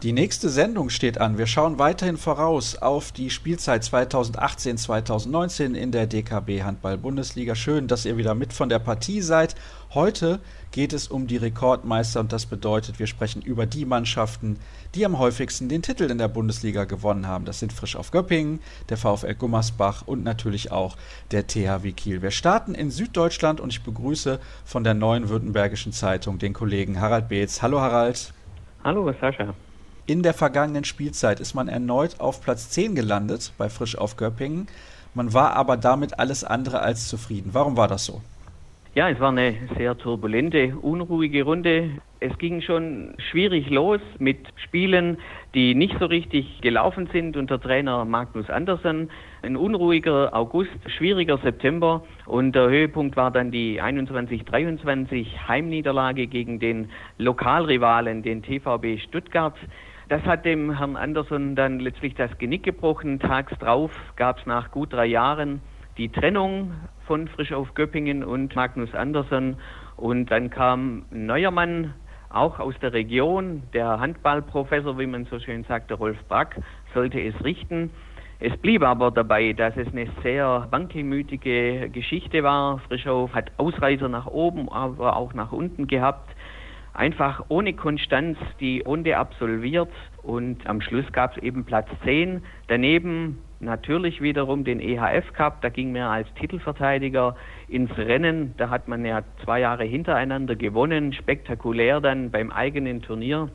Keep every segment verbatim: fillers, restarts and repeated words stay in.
Die nächste Sendung steht an. Wir schauen weiterhin voraus auf die Spielzeit zweitausendachtzehn zweitausendneunzehn in der D K B Handball-Bundesliga. Schön, dass ihr wieder mit von der Partie seid. Heute geht es um die Rekordmeister und das bedeutet, wir sprechen über die Mannschaften, die am häufigsten den Titel in der Bundesliga gewonnen haben. Das sind Frisch auf Göppingen, der VfL Gummersbach und natürlich auch der T H W Kiel. Wir starten in Süddeutschland und ich begrüße von der Neuen Württembergischen Zeitung den Kollegen Harald Beetz. Hallo Harald. Hallo Sascha. In der vergangenen Spielzeit ist man erneut auf Platz zehn gelandet bei Frisch auf Göppingen. Man war aber damit alles andere als zufrieden. Warum war das so? Ja, es war eine sehr turbulente, unruhige Runde. Es ging schon schwierig los mit Spielen, die nicht so richtig gelaufen sind unter Trainer Magnus Andersson. Ein unruhiger August, schwieriger September und der Höhepunkt war dann die einundzwanzig dreiundzwanzig Heimniederlage gegen den Lokalrivalen, den T V B Stuttgart. Das hat dem Herrn Andersson dann letztlich das Genick gebrochen. Tags drauf gab es nach gut drei Jahren die Trennung von Frisch auf Göppingen und Magnus Andersson. Und dann kam ein neuer Mann, auch aus der Region, der Handballprofessor, wie man so schön sagt, der Rolf Brack, sollte es richten. Es blieb aber dabei, dass es eine sehr wankelmütige Geschichte war. Frischauf hat Ausreißer nach oben, aber auch nach unten gehabt. Einfach ohne Konstanz die Runde absolviert und am Schluss gab es eben Platz zehn. Daneben natürlich wiederum den E H F Cup, da ging man als Titelverteidiger ins Rennen. Da hat man ja zwei Jahre hintereinander gewonnen, spektakulär dann beim eigenen Turnier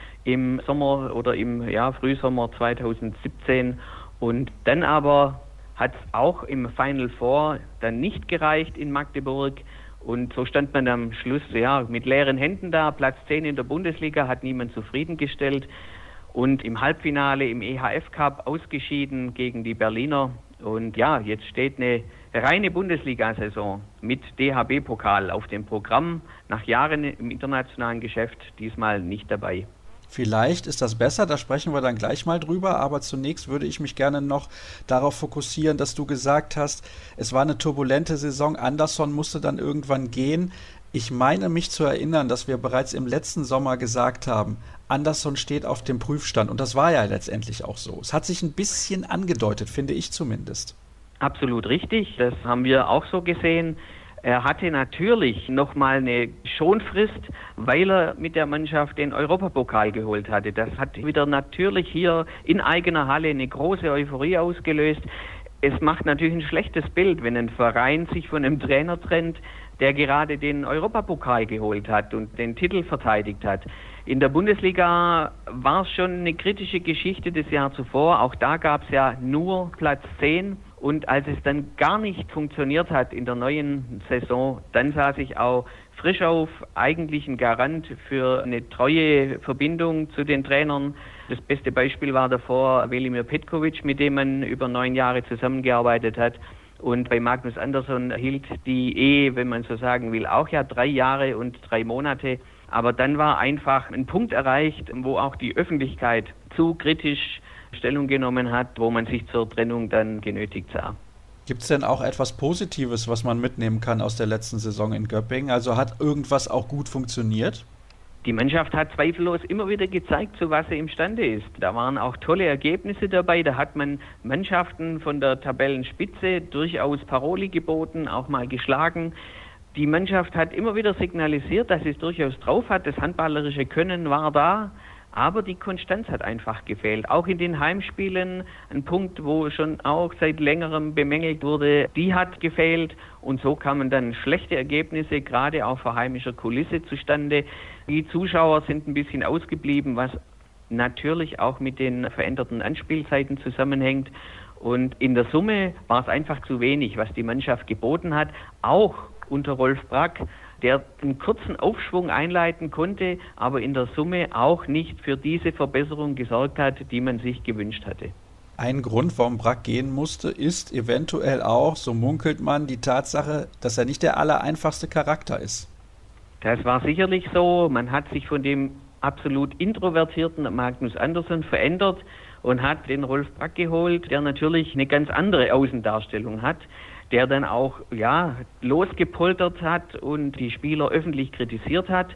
im Sommer oder im ja, Frühsommer zweitausendsiebzehn. Und dann aber hat es auch im Final Four dann nicht gereicht in Magdeburg. Und so stand man am Schluss ja mit leeren Händen da. Platz zehn in der Bundesliga hat niemand zufriedengestellt. Und im Halbfinale im E H F Cup ausgeschieden gegen die Berliner. Und ja, jetzt steht eine reine Bundesliga-Saison mit D H B-Pokal auf dem Programm. Nach Jahren im internationalen Geschäft diesmal nicht dabei. Vielleicht ist das besser, da sprechen wir dann gleich mal drüber, aber zunächst würde ich mich gerne noch darauf fokussieren, dass du gesagt hast, es war eine turbulente Saison, Andersson musste dann irgendwann gehen. Ich meine mich zu erinnern, dass wir bereits im letzten Sommer gesagt haben, Andersson steht auf dem Prüfstand und das war ja letztendlich auch so. Es hat sich ein bisschen angedeutet, finde ich zumindest. Absolut richtig, das haben wir auch so gesehen. Er hatte natürlich nochmal eine Schonfrist, weil er mit der Mannschaft den Europapokal geholt hatte. Das hat wieder natürlich hier in eigener Halle eine große Euphorie ausgelöst. Es macht natürlich ein schlechtes Bild, wenn ein Verein sich von einem Trainer trennt, der gerade den Europapokal geholt hat und den Titel verteidigt hat. In der Bundesliga war es schon eine kritische Geschichte das Jahr zuvor. Auch da gab es ja nur Platz zehn. Und als es dann gar nicht funktioniert hat in der neuen Saison, dann sah sich auch Frischauf eigentlich ein Garant für eine treue Verbindung zu den Trainern. Das beste Beispiel war davor Velimir Petkovic, mit dem man über neun Jahre zusammengearbeitet hat. Und bei Magnus Andersson hielt die Ehe, wenn man so sagen will, auch ja drei Jahre und drei Monate. Aber dann war einfach ein Punkt erreicht, wo auch die Öffentlichkeit zu kritisch Stellung genommen hat, wo man sich zur Trennung dann genötigt sah. Gibt es denn auch etwas Positives, was man mitnehmen kann aus der letzten Saison in Göppingen? Also hat irgendwas auch gut funktioniert? Die Mannschaft hat zweifellos immer wieder gezeigt, zu was sie imstande ist. Da waren auch tolle Ergebnisse dabei. Da hat man Mannschaften von der Tabellenspitze durchaus Paroli geboten, auch mal geschlagen. Die Mannschaft hat immer wieder signalisiert, dass sie es durchaus drauf hat. Das handballerische Können war da. Aber die Konstanz hat einfach gefehlt. Auch in den Heimspielen, ein Punkt, wo schon auch seit längerem bemängelt wurde, die hat gefehlt. Und so kamen dann schlechte Ergebnisse, gerade auch vor heimischer Kulisse zustande. Die Zuschauer sind ein bisschen ausgeblieben, was natürlich auch mit den veränderten Anspielzeiten zusammenhängt. Und in der Summe war es einfach zu wenig, was die Mannschaft geboten hat, auch unter Rolf Brack, der einen kurzen Aufschwung einleiten konnte, aber in der Summe auch nicht für diese Verbesserung gesorgt hat, die man sich gewünscht hatte. Ein Grund, warum Brack gehen musste, ist eventuell auch, so munkelt man, die Tatsache, dass er nicht der allereinfachste Charakter ist. Das war sicherlich so. Man hat sich von dem absolut introvertierten Magnus Andersson verändert und hat den Rolf Brack geholt, der natürlich eine ganz andere Außendarstellung hat, der dann auch ja losgepoltert hat und die Spieler öffentlich kritisiert hat.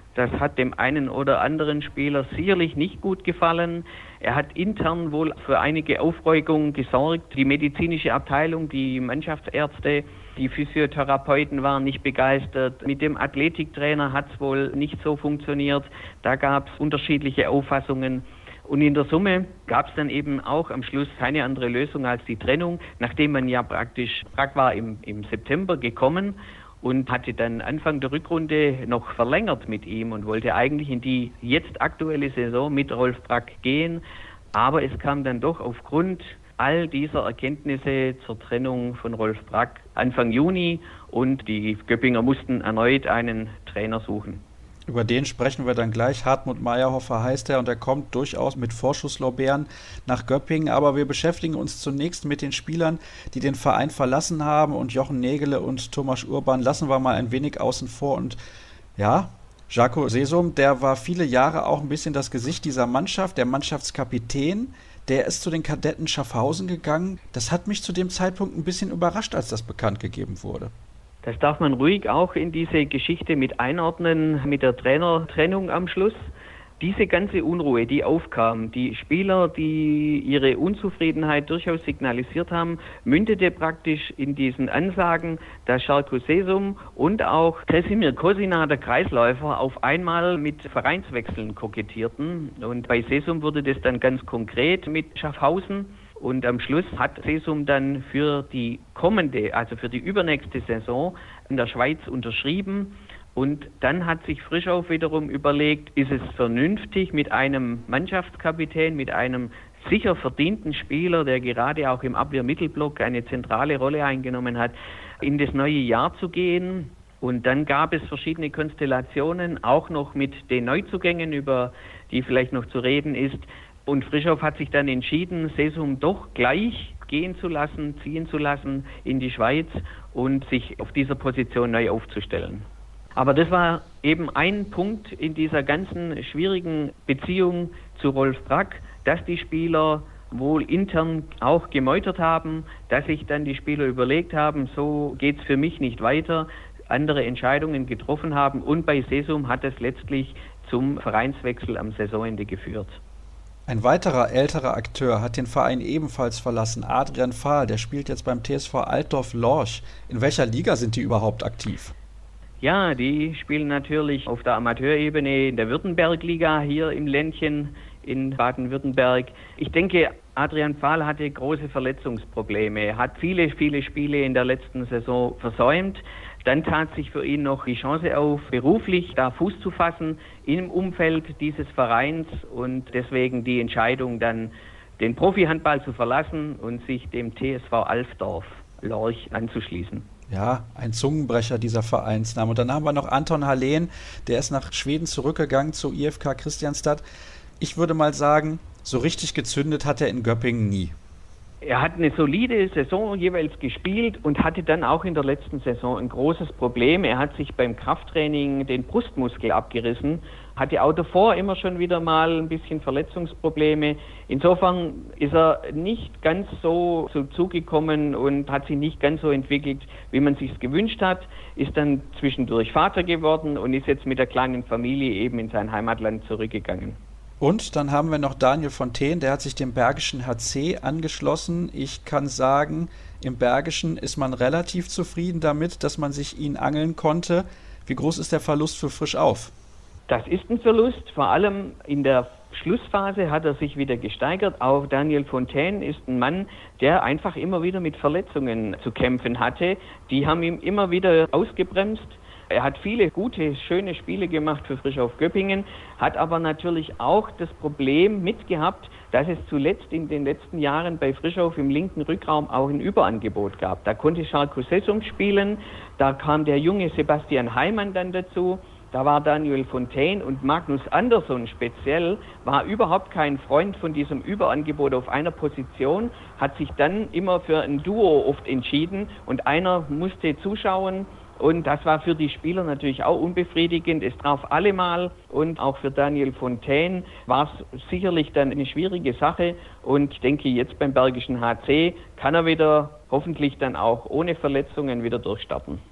Das hat dem einen oder anderen Spieler sicherlich nicht gut gefallen. Er hat intern wohl für einige Aufregung gesorgt. Die medizinische Abteilung, die Mannschaftsärzte, die Physiotherapeuten waren nicht begeistert. Mit dem Athletiktrainer hat es wohl nicht so funktioniert. Da gab es unterschiedliche Auffassungen. Und in der Summe gab es dann eben auch am Schluss keine andere Lösung als die Trennung, nachdem man ja praktisch, Brack war im, im September gekommen und hatte dann Anfang der Rückrunde noch verlängert mit ihm und wollte eigentlich in die jetzt aktuelle Saison mit Rolf Brack gehen. Aber es kam dann doch aufgrund all dieser Erkenntnisse zur Trennung von Rolf Brack Anfang Juni und die Göppinger mussten erneut einen Trainer suchen. Über den sprechen wir dann gleich. Hartmut Mayerhofer heißt er und er kommt durchaus mit Vorschusslorbeeren nach Göppingen. Aber wir beschäftigen uns zunächst mit den Spielern, die den Verein verlassen haben. Und Jochen Nägele und Thomas Urban lassen wir mal ein wenig außen vor. Und ja, Žako Sežum, der war viele Jahre auch ein bisschen das Gesicht dieser Mannschaft, der Mannschaftskapitän. Der ist zu den Kadetten Schaffhausen gegangen. Das hat mich zu dem Zeitpunkt ein bisschen überrascht, als das bekannt gegeben wurde. Das darf man ruhig auch in diese Geschichte mit einordnen, mit der Trainertrennung am Schluss. Diese ganze Unruhe, die aufkam, die Spieler, die ihre Unzufriedenheit durchaus signalisiert haben, mündete praktisch in diesen Ansagen, dass Žako Sežum und auch Kresimir Kosina, der Kreisläufer, auf einmal mit Vereinswechseln kokettierten. Und bei Sežum wurde das dann ganz konkret mit Schaffhausen. Und am Schluss hat Sežum dann für die kommende, also für die übernächste Saison in der Schweiz unterschrieben. Und dann hat sich Frischhoff wiederum überlegt, ist es vernünftig mit einem Mannschaftskapitän, mit einem sicher verdienten Spieler, der gerade auch im Abwehrmittelblock eine zentrale Rolle eingenommen hat, in das neue Jahr zu gehen. Und dann gab es verschiedene Konstellationen, auch noch mit den Neuzugängen, über die vielleicht noch zu reden ist. Und Frischhoff hat sich dann entschieden, Sežum doch gleich gehen zu lassen, ziehen zu lassen in die Schweiz und sich auf dieser Position neu aufzustellen. Aber das war eben ein Punkt in dieser ganzen schwierigen Beziehung zu Rolf Brack, dass die Spieler wohl intern auch gemeutert haben, dass sich dann die Spieler überlegt haben, so geht's für mich nicht weiter, andere Entscheidungen getroffen haben und bei Sežum hat es letztlich zum Vereinswechsel am Saisonende geführt. Ein weiterer älterer Akteur hat den Verein ebenfalls verlassen, Adrian Fahl, der spielt jetzt beim T S V Altdorf-Lorch. In welcher Liga sind die überhaupt aktiv? Ja, die spielen natürlich auf der Amateurebene in der Württemberg-Liga hier im Ländchen in Baden-Württemberg. Ich denke, Adrian Fahl hatte große Verletzungsprobleme. Er hat viele, viele Spiele in der letzten Saison versäumt. Dann tat sich für ihn noch die Chance auf, beruflich da Fuß zu fassen im Umfeld dieses Vereins und deswegen die Entscheidung dann, den Profihandball zu verlassen und sich dem T S V Altdorf-Lorch anzuschließen. Ja, ein Zungenbrecher dieser Vereinsname. Und dann haben wir noch Anton Hallén, der ist nach Schweden zurückgegangen zu I F K Kristianstad. Ich würde mal sagen, so richtig gezündet hat er in Göppingen nie. Er hat eine solide Saison jeweils gespielt und hatte dann auch in der letzten Saison ein großes Problem. Er hat sich beim Krafttraining den Brustmuskel abgerissen, hatte auch davor immer schon wieder mal ein bisschen Verletzungsprobleme. Insofern ist er nicht ganz so so zugekommen und hat sich nicht ganz so entwickelt, wie man sich's gewünscht hat. Ist dann zwischendurch Vater geworden und ist jetzt mit der kleinen Familie eben in sein Heimatland zurückgegangen. Und dann haben wir noch Daniel Fontaine, der hat sich dem Bergischen H C angeschlossen. Ich kann sagen, im Bergischen ist man relativ zufrieden damit, dass man sich ihn angeln konnte. Wie groß ist der Verlust für Frischauf? Das ist ein Verlust, vor allem in der Schlussphase hat er sich wieder gesteigert. Auch Daniel Fontaine ist ein Mann, der einfach immer wieder mit Verletzungen zu kämpfen hatte. Die haben ihm immer wieder ausgebremst. Er hat viele gute, schöne Spiele gemacht für Frischhoff Göppingen, hat aber natürlich auch das Problem mitgehabt, dass es zuletzt in den letzten Jahren bei Frischhoff im linken Rückraum auch ein Überangebot gab. Da konnte Žako Sežum spielen, da kam der junge Sebastian Heimann dann dazu, da war Daniel Fontaine und Magnus Andersson speziell, war überhaupt kein Freund von diesem Überangebot auf einer Position, hat sich dann immer für ein Duo oft entschieden und einer musste zuschauen. Und das war für die Spieler natürlich auch unbefriedigend. Es traf alle mal und auch für Daniel Fontaine war es sicherlich dann eine schwierige Sache. Und ich denke, jetzt beim Bergischen H C kann er wieder hoffentlich dann auch ohne Verletzungen wieder durchstarten.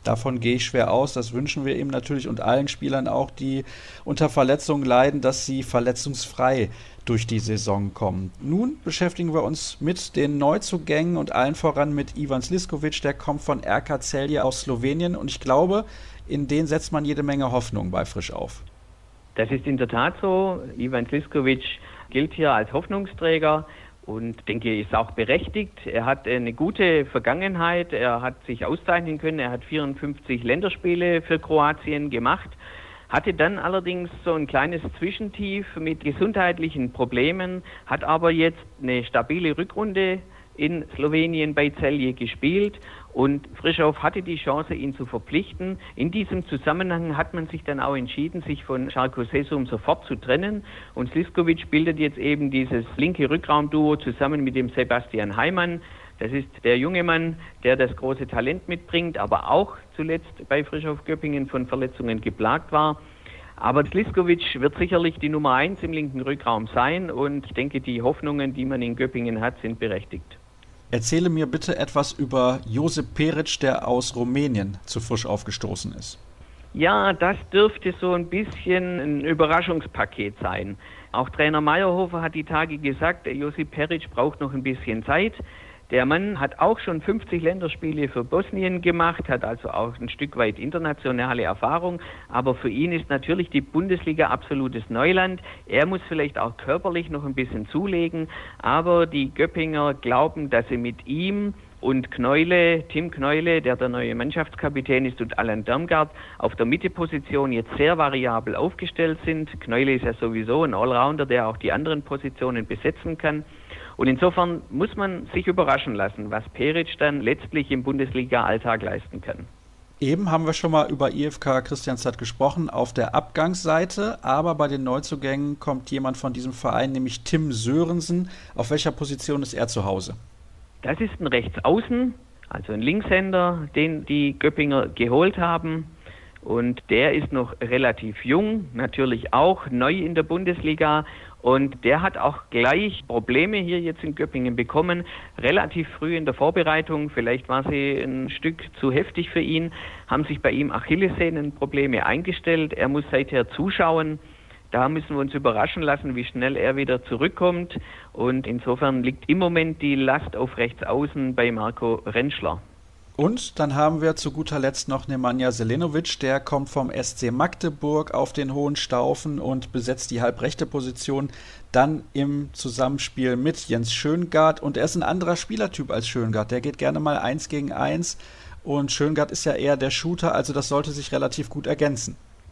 Davon gehe ich schwer aus. Das wünschen wir ihm natürlich und allen Spielern auch, die unter Verletzungen leiden, dass sie verletzungsfrei durch die Saison kommen. Nun beschäftigen wir uns mit den Neuzugängen und allen voran mit Ivan Sliskovic, der kommt von R K Celje aus Slowenien und ich glaube, in den setzt man jede Menge Hoffnung bei Frisch auf. Das ist in der Tat so. Ivan Sliskovic gilt hier als Hoffnungsträger und denke, ist auch berechtigt. Er hat eine gute Vergangenheit, er hat sich auszeichnen können, er hat vierundfünfzig Länderspiele für Kroatien gemacht, hatte dann allerdings so ein kleines Zwischentief mit gesundheitlichen Problemen, hat aber jetzt eine stabile Rückrunde in Slowenien bei Celje gespielt und Frischhoff hatte die Chance, ihn zu verpflichten. In diesem Zusammenhang hat man sich dann auch entschieden, sich von Žarko Sesum sofort zu trennen und Sliskovic bildet jetzt eben dieses linke Rückraumduo zusammen mit dem Sebastian Heimann. Das ist der junge Mann, der das große Talent mitbringt, aber auch zuletzt bei Frischhoff Göppingen von Verletzungen geplagt war. Aber Sliskovic wird sicherlich die Nummer eins im linken Rückraum sein und ich denke, die Hoffnungen, die man in Göppingen hat, sind berechtigt. Erzähle mir bitte etwas über Josip Peric, der aus Rumänien zu Frisch aufgestoßen ist. Ja, das dürfte so ein bisschen ein Überraschungspaket sein. Auch Trainer Meyerhofer hat die Tage gesagt, der Josip Peric braucht noch ein bisschen Zeit. Der Mann hat auch schon fünfzig Länderspiele für Bosnien gemacht, hat also auch ein Stück weit internationale Erfahrung. Aber für ihn ist natürlich die Bundesliga absolutes Neuland. Er muss vielleicht auch körperlich noch ein bisschen zulegen. Aber die Göppinger glauben, dass sie mit ihm und Kneule, Tim Kneule, der der neue Mannschaftskapitän ist, und Alain Darmgard auf der Mitteposition jetzt sehr variabel aufgestellt sind. Kneule ist ja sowieso ein Allrounder, der auch die anderen Positionen besetzen kann. Und insofern muss man sich überraschen lassen, was Peric dann letztlich im Bundesliga-Alltag leisten kann. Eben haben wir schon mal über I F K Kristianstad gesprochen auf der Abgangsseite, aber bei den Neuzugängen kommt jemand von diesem Verein, nämlich Tim Sörensen. Auf welcher Position ist er zu Hause? Das ist ein Rechtsaußen, also ein Linkshänder, den die Göppinger geholt haben. Und der ist noch relativ jung, natürlich auch neu in der Bundesliga. Und der hat auch gleich Probleme hier jetzt in Göppingen bekommen, relativ früh in der Vorbereitung, vielleicht war sie ein Stück zu heftig für ihn, haben sich bei ihm Achillessehnenprobleme eingestellt, er muss seither zuschauen, da müssen wir uns überraschen lassen, wie schnell er wieder zurückkommt und insofern liegt im Moment die Last auf Rechtsaußen bei Marco Rentschler. Und dann haben wir zu guter Letzt noch Nemanja Selenovic, der kommt vom S C Magdeburg auf den Hohenstaufen und besetzt die halbrechte Position dann im Zusammenspiel mit Jens Schöngard. Und er ist ein anderer Spielertyp als Schöngard, der geht gerne mal eins gegen eins und Schöngard ist ja eher der Shooter, also das sollte sich relativ gut ergänzen.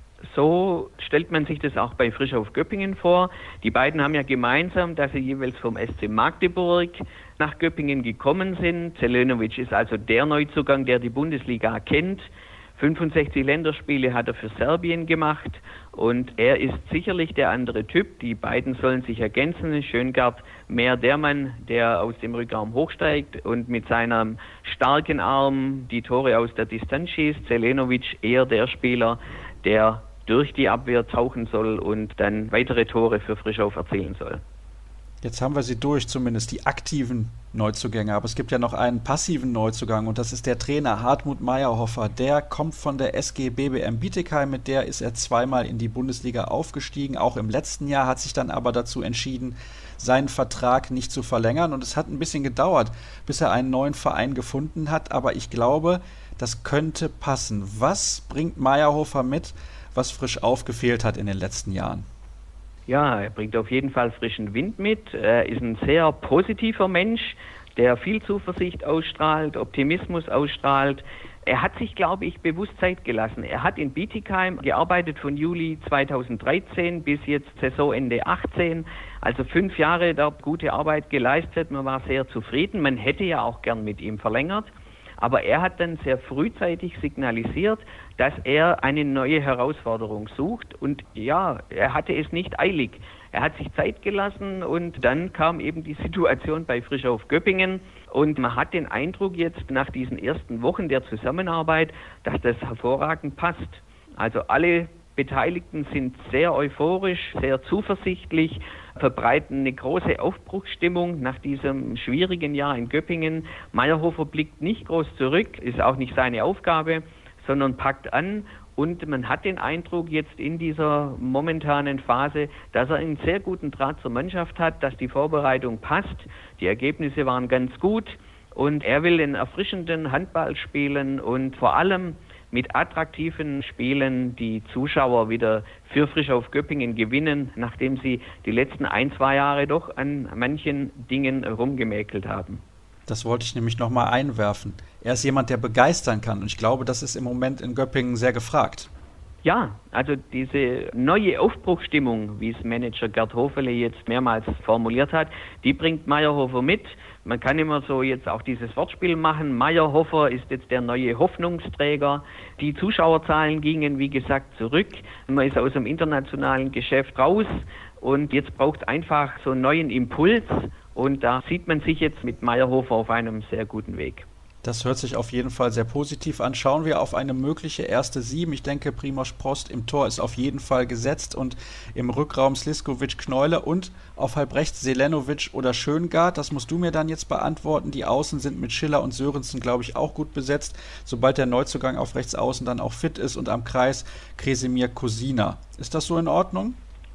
So stellt man sich das auch bei Frischhoff Göppingen vor. Die beiden haben ja gemeinsam, dass sie jeweils vom S C Magdeburg nach Göppingen gekommen sind. Selenovic ist also der Neuzugang, der die Bundesliga kennt. fünfundsechzig Länderspiele hat er für Serbien gemacht und er ist sicherlich der andere Typ. Die beiden sollen sich ergänzen. Schöngard mehr der Mann, der aus dem Rückraum hochsteigt und mit seinem starken Arm die Tore aus der Distanz schießt. Selenovic eher der Spieler, der durch die Abwehr tauchen soll und dann weitere Tore für Frischhoff erzielen soll. Jetzt haben wir sie durch, zumindest die aktiven Neuzugänge. Aber es gibt ja noch einen passiven Neuzugang und das ist der Trainer Hartmut Meyerhofer. Der kommt von der S G B B M Bietigheim. Mit der ist er zweimal in die Bundesliga aufgestiegen. Auch im letzten Jahr hat sich dann aber dazu entschieden, seinen Vertrag nicht zu verlängern. Und es hat ein bisschen gedauert, bis er einen neuen Verein gefunden hat. Aber ich glaube, das könnte passen. Was bringt Meyerhofer mit, was Frisch aufgefehlt hat in den letzten Jahren? Ja, er bringt auf jeden Fall frischen Wind mit. Er ist ein sehr positiver Mensch, der viel Zuversicht ausstrahlt, Optimismus ausstrahlt. Er hat sich, glaube ich, bewusst Zeit gelassen. Er hat in Bietigheim gearbeitet von Juli zweitausenddreizehn bis jetzt Saisonende achtzehn. Also fünf Jahre dort gute Arbeit geleistet. Man war sehr zufrieden. Man hätte ja auch gern mit ihm verlängert. Aber er hat dann sehr frühzeitig signalisiert, dass er eine neue Herausforderung sucht. Und ja, er hatte es nicht eilig. Er hat sich Zeit gelassen und dann kam eben die Situation bei Frischhoff Göppingen. Und man hat den Eindruck jetzt nach diesen ersten Wochen der Zusammenarbeit, dass das hervorragend passt. Also alle Beteiligten sind sehr euphorisch, sehr zuversichtlich, verbreiten eine große Aufbruchsstimmung nach diesem schwierigen Jahr in Göppingen. Meyerhofer blickt nicht groß zurück, ist auch nicht seine Aufgabe, sondern packt an. Und man hat den Eindruck jetzt in dieser momentanen Phase, dass er einen sehr guten Draht zur Mannschaft hat, dass die Vorbereitung passt. Die Ergebnisse waren ganz gut und er will den erfrischenden Handball spielen und vor allem mit attraktiven Spielen die Zuschauer wieder für Frisch auf Göppingen gewinnen, nachdem sie die letzten ein, zwei Jahre doch an manchen Dingen rumgemäkelt haben. Das wollte ich nämlich nochmal einwerfen. Er ist jemand, der begeistern kann und ich glaube, das ist im Moment in Göppingen sehr gefragt. Ja, also diese neue Aufbruchsstimmung, wie es Manager Gerd Hofele jetzt mehrmals formuliert hat, die bringt Mayerhofer mit. Man kann immer so jetzt auch dieses Wortspiel machen. Mayerhofer ist jetzt der neue Hoffnungsträger. Die Zuschauerzahlen gingen, wie gesagt, zurück. Man ist aus dem internationalen Geschäft raus und jetzt braucht es einfach so einen neuen Impuls. Und da sieht man sich jetzt mit Mayerhofer auf einem sehr guten Weg. Das hört sich auf jeden Fall sehr positiv an. Schauen wir auf eine mögliche erste Sieben. Ich denke, Primož Prost im Tor ist auf jeden Fall gesetzt und im Rückraum Sliskovic, Kneule und auf halb rechts Selenovic oder Schöngard. Das musst du mir dann jetzt beantworten. Die Außen sind mit Schiller und Sörensen, glaube ich, auch gut besetzt, sobald der Neuzugang auf rechts außen dann auch fit ist und am Kreis Kresimir Kozina. Ist das so in Ordnung?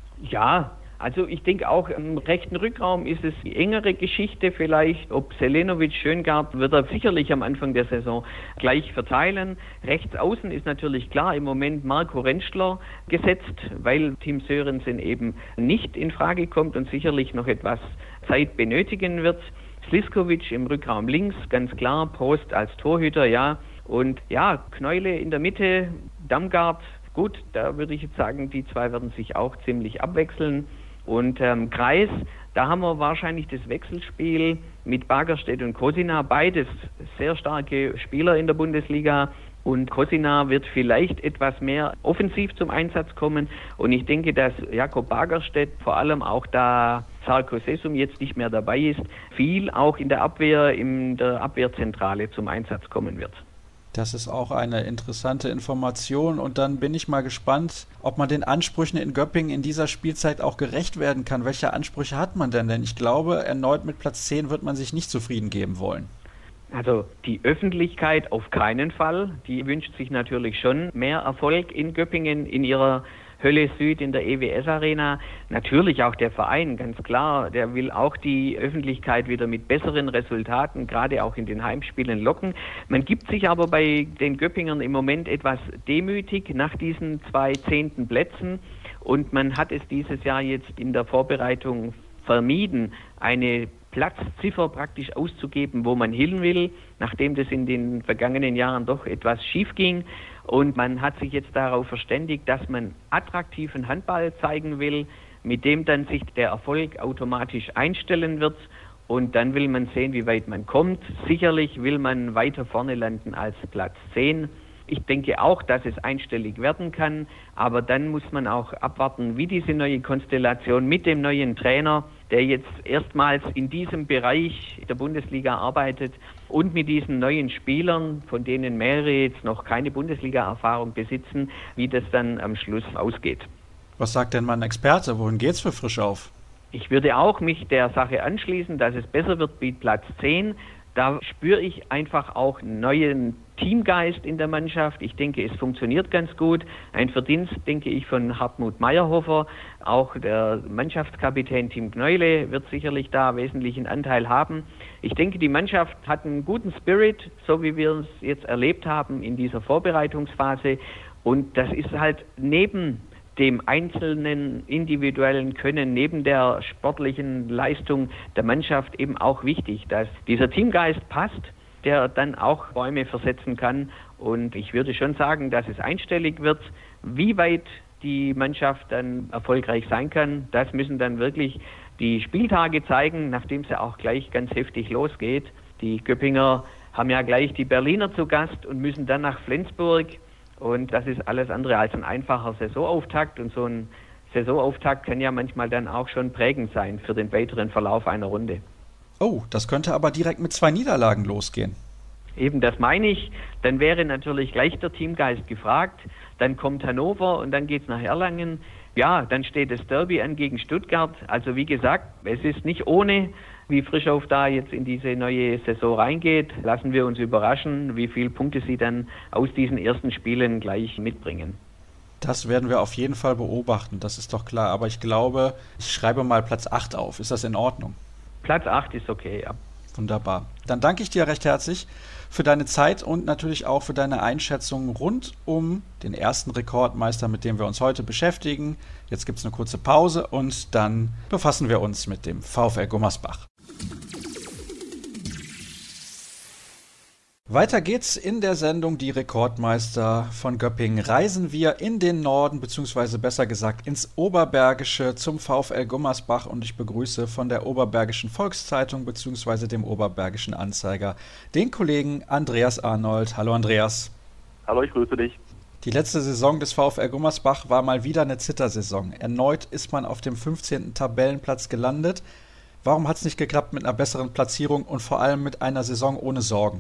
Ja. Also ich denke auch, im rechten Rückraum ist es die engere Geschichte vielleicht. Ob Selenovic, Schöngard wird er sicherlich am Anfang der Saison gleich verteilen. Rechts außen ist natürlich klar im Moment Marco Rentschler gesetzt, weil Tim Sörensen eben nicht in Frage kommt und sicherlich noch etwas Zeit benötigen wird. Sliskovic im Rückraum links, ganz klar, Prost als Torhüter, ja. Und ja, Kneule in der Mitte, Damgard, gut, da würde ich jetzt sagen, die zwei werden sich auch ziemlich abwechseln. Und ähm, Kreis, da haben wir wahrscheinlich das Wechselspiel mit Bagerstedt und Kozina, beides sehr starke Spieler in der Bundesliga. Und Kozina wird vielleicht etwas mehr offensiv zum Einsatz kommen. Und ich denke, dass Jakob Bagerstedt, vor allem auch da Zarko Sesum jetzt nicht mehr dabei ist, viel auch in der Abwehr, in der Abwehrzentrale zum Einsatz kommen wird. Das ist auch eine interessante Information und dann bin ich mal gespannt, ob man den Ansprüchen in Göppingen in dieser Spielzeit auch gerecht werden kann. Welche Ansprüche hat man denn? Denn ich glaube, erneut mit Platz zehn wird man sich nicht zufrieden geben wollen. Also die Öffentlichkeit auf keinen Fall. Die wünscht sich natürlich schon mehr Erfolg in Göppingen in ihrer Hölle Süd in der E W S-Arena. Natürlich auch der Verein, ganz klar, der will auch die Öffentlichkeit wieder mit besseren Resultaten, gerade auch in den Heimspielen, locken. Man gibt sich aber bei den Göppingern im Moment etwas demütig nach diesen zwei zehnten Plätzen und man hat es dieses Jahr jetzt in der Vorbereitung vermieden, eine Platzziffer praktisch auszugeben, wo man hin will, nachdem das in den vergangenen Jahren doch etwas schief ging. Und man hat sich jetzt darauf verständigt, dass man attraktiven Handball zeigen will, mit dem dann sich der Erfolg automatisch einstellen wird. Und dann will man sehen, wie weit man kommt. Sicherlich will man weiter vorne landen als Platz zehn. Ich denke auch, dass es einstellig werden kann, aber dann muss man auch abwarten, wie diese neue Konstellation mit dem neuen Trainer, der jetzt erstmals in diesem Bereich der Bundesliga arbeitet und mit diesen neuen Spielern, von denen mehrere jetzt noch keine Bundesliga-Erfahrung besitzen, wie das dann am Schluss ausgeht. Was sagt denn mein Experte? Wohin geht's für Frischauf? Ich würde auch mich der Sache anschließen, dass es besser wird mit Platz zehn. Da spüre ich einfach auch einen neuen Teamgeist in der Mannschaft. Ich denke, es funktioniert ganz gut. Ein Verdienst, denke ich, von Hartmut Mayerhofer. Auch der Mannschaftskapitän Tim Kneule wird sicherlich da wesentlichen Anteil haben. Ich denke, die Mannschaft hat einen guten Spirit, so wie wir es jetzt erlebt haben in dieser Vorbereitungsphase. Und das ist halt neben dem einzelnen individuellen Können, neben der sportlichen Leistung der Mannschaft eben auch wichtig, dass dieser Teamgeist passt, der dann auch Bäume versetzen kann. Und ich würde schon sagen, dass es einstellig wird. Wie weit die Mannschaft dann erfolgreich sein kann, das müssen dann wirklich die Spieltage zeigen, nachdem es ja auch gleich ganz heftig losgeht. Die Göppinger haben ja gleich die Berliner zu Gast und müssen dann nach Flensburg. Und das ist alles andere als ein einfacher Saisonauftakt. Und so ein Saisonauftakt kann ja manchmal dann auch schon prägend sein für den weiteren Verlauf einer Runde. Oh, das könnte aber direkt mit zwei Niederlagen losgehen. Eben, das meine ich. Dann wäre natürlich gleich der Teamgeist gefragt. Dann kommt Hannover und dann geht's nach Erlangen. Ja, dann steht das Derby an gegen Stuttgart. Also wie gesagt, es ist nicht ohne, wie Frischhoff da jetzt in diese neue Saison reingeht. Lassen wir uns überraschen, wie viele Punkte sie dann aus diesen ersten Spielen gleich mitbringen. Das werden wir auf jeden Fall beobachten, das ist doch klar. Aber ich glaube, ich schreibe mal Platz acht auf. Ist das in Ordnung? Platz acht ist okay, ja. Wunderbar. Dann danke ich dir recht herzlich für deine Zeit und natürlich auch für deine Einschätzung rund um den ersten Rekordmeister, mit dem wir uns heute beschäftigen. Jetzt gibt es eine kurze Pause und dann befassen wir uns mit dem VfL Gummersbach. Weiter geht's in der Sendung Die Rekordmeister von Göppingen. Reisen wir in den Norden, beziehungsweise besser gesagt ins Oberbergische zum VfL Gummersbach und ich begrüße von der Oberbergischen Volkszeitung beziehungsweise dem Oberbergischen Anzeiger den Kollegen Andreas Arnold. Hallo Andreas. Hallo, ich grüße dich. Die letzte Saison des VfL Gummersbach war mal wieder eine Zittersaison. Erneut ist man auf dem fünfzehnten Tabellenplatz gelandet. Warum hat es nicht geklappt mit einer besseren Platzierung und vor allem mit einer Saison ohne Sorgen?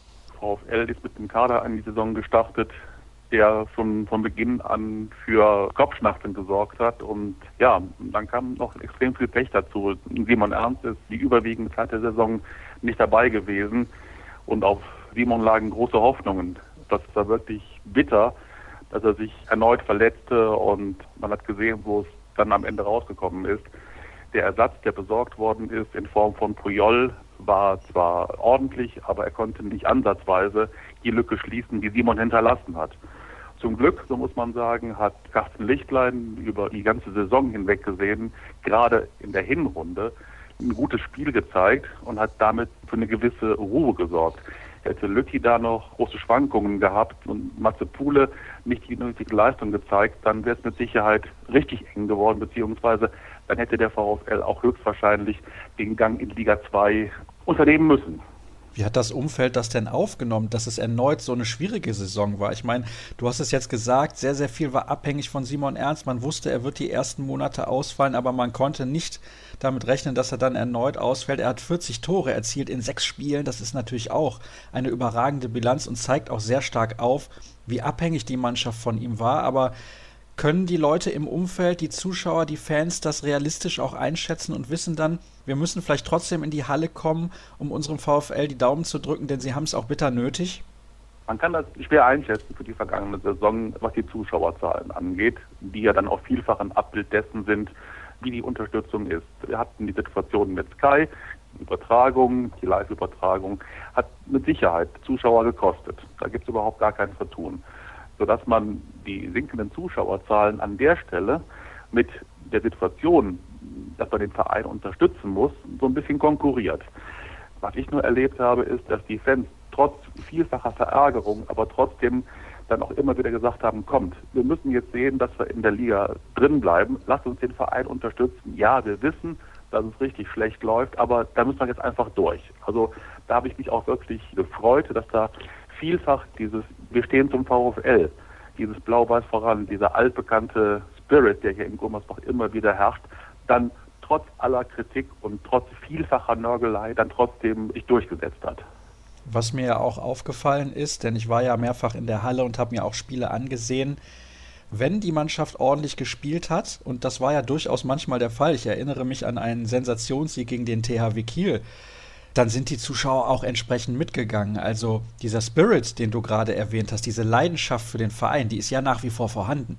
VfL ist mit dem Kader an die Saison gestartet, der schon von Beginn an für Kopfschmerzen gesorgt hat. Und ja, dann kam noch extrem viel Pech dazu. Simon Ernst ist die überwiegende Zeit der Saison nicht dabei gewesen. Und auf Simon lagen große Hoffnungen. Das war wirklich bitter, dass er sich erneut verletzte und man hat gesehen, wo es dann am Ende rausgekommen ist. Der Ersatz, der besorgt worden ist in Form von Puyol, war zwar ordentlich, aber er konnte nicht ansatzweise die Lücke schließen, die Simon hinterlassen hat. Zum Glück, so muss man sagen, hat Carsten Lichtlein über die ganze Saison hinweg gesehen, gerade in der Hinrunde, ein gutes Spiel gezeigt und hat damit für eine gewisse Ruhe gesorgt. Hätte Lütti da noch große Schwankungen gehabt und Matze Pule nicht die nötige Leistung gezeigt, dann wäre es mit Sicherheit richtig eng geworden, beziehungsweise dann hätte der VfL auch höchstwahrscheinlich den Gang in Liga zwei unternehmen müssen. Wie hat das Umfeld das denn aufgenommen, dass es erneut so eine schwierige Saison war? Ich meine, du hast es jetzt gesagt, sehr, sehr viel war abhängig von Simon Ernst. Man wusste, er wird die ersten Monate ausfallen, aber man konnte nicht damit rechnen, dass er dann erneut ausfällt. Er hat vierzig Tore erzielt in sechs Spielen. Das ist natürlich auch eine überragende Bilanz und zeigt auch sehr stark auf, wie abhängig die Mannschaft von ihm war. Aber können die Leute im Umfeld, die Zuschauer, die Fans das realistisch auch einschätzen und wissen dann, wir müssen vielleicht trotzdem in die Halle kommen, um unserem VfL die Daumen zu drücken, denn sie haben es auch bitter nötig? Man kann das schwer einschätzen für die vergangene Saison, was die Zuschauerzahlen angeht, die ja dann auch vielfach ein Abbild dessen sind, wie die Unterstützung ist. Wir hatten die Situation mit Sky, die Übertragung, die Live-Übertragung, hat mit Sicherheit Zuschauer gekostet. Da gibt es überhaupt gar kein Vertun. Sodass man die sinkenden Zuschauerzahlen an der Stelle mit der Situation, dass man den Verein unterstützen muss, so ein bisschen konkurriert. Was ich nur erlebt habe, ist, dass die Fans trotz vielfacher Verärgerung, aber trotzdem dann auch immer wieder gesagt haben, kommt, wir müssen jetzt sehen, dass wir in der Liga drin bleiben, lasst uns den Verein unterstützen. Ja, wir wissen, dass es richtig schlecht läuft, aber da müssen wir jetzt einfach durch. Also da habe ich mich auch wirklich gefreut, dass da vielfach dieses, wir stehen zum VfL, dieses Blau-Weiß voran, dieser altbekannte Spirit, der hier in Gummersbach immer wieder herrscht, dann trotz aller Kritik und trotz vielfacher Nörgelei dann trotzdem sich durchgesetzt hat. Was mir ja auch aufgefallen ist, denn ich war ja mehrfach in der Halle und habe mir auch Spiele angesehen, wenn die Mannschaft ordentlich gespielt hat, und das war ja durchaus manchmal der Fall, ich erinnere mich an einen Sensationssieg gegen den T H W Kiel, dann sind die Zuschauer auch entsprechend mitgegangen. Also dieser Spirit, den du gerade erwähnt hast, diese Leidenschaft für den Verein, die ist ja nach wie vor vorhanden.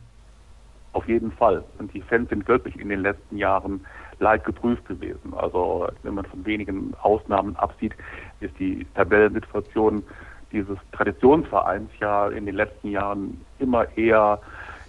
Auf jeden Fall. Und die Fans sind wirklich in den letzten Jahren leid geprüft gewesen. Also wenn man von wenigen Ausnahmen absieht, ist die Tabellensituation dieses Traditionsvereins ja in den letzten Jahren immer eher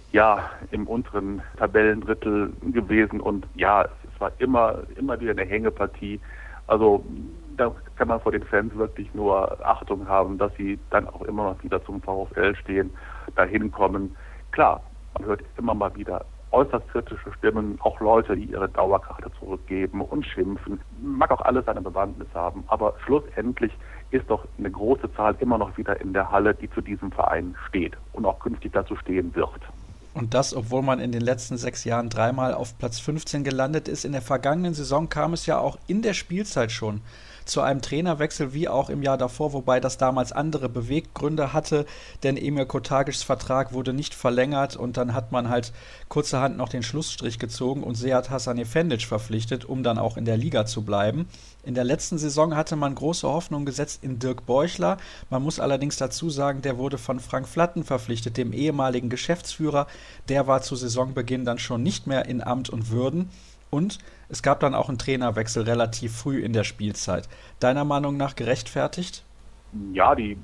ja im unteren Tabellendrittel gewesen. Und ja, es war immer, immer wieder eine Hängepartie. Also da kann man vor den Fans wirklich nur Achtung haben, dass sie dann auch immer noch wieder zum VfL stehen, dahin kommen. Klar, man hört immer mal wieder äußerst kritische Stimmen, auch Leute, die ihre Dauerkarte zurückgeben und schimpfen. Mag auch alles seine Bewandtnis haben, aber schlussendlich ist doch eine große Zahl immer noch wieder in der Halle, die zu diesem Verein steht und auch künftig dazu stehen wird. Und das, obwohl man in den letzten sechs Jahren dreimal auf Platz fünfzehn gelandet ist. In der vergangenen Saison kam es ja auch in der Spielzeit schon zu einem Trainerwechsel wie auch im Jahr davor, wobei das damals andere Beweggründe hatte, denn Emir Kotagics Vertrag wurde nicht verlängert und dann hat man halt kurzerhand noch den Schlussstrich gezogen und Sead Hasanefendic verpflichtet, um dann auch in der Liga zu bleiben. In der letzten Saison hatte man große Hoffnung gesetzt in Dirk Beuchler. Man muss allerdings dazu sagen, der wurde von Frank Flatten verpflichtet, dem ehemaligen Geschäftsführer. Der war zu Saisonbeginn dann schon nicht mehr in Amt und Würden. Und es gab dann auch einen Trainerwechsel relativ früh in der Spielzeit. Deiner Meinung nach gerechtfertigt? Ja, die,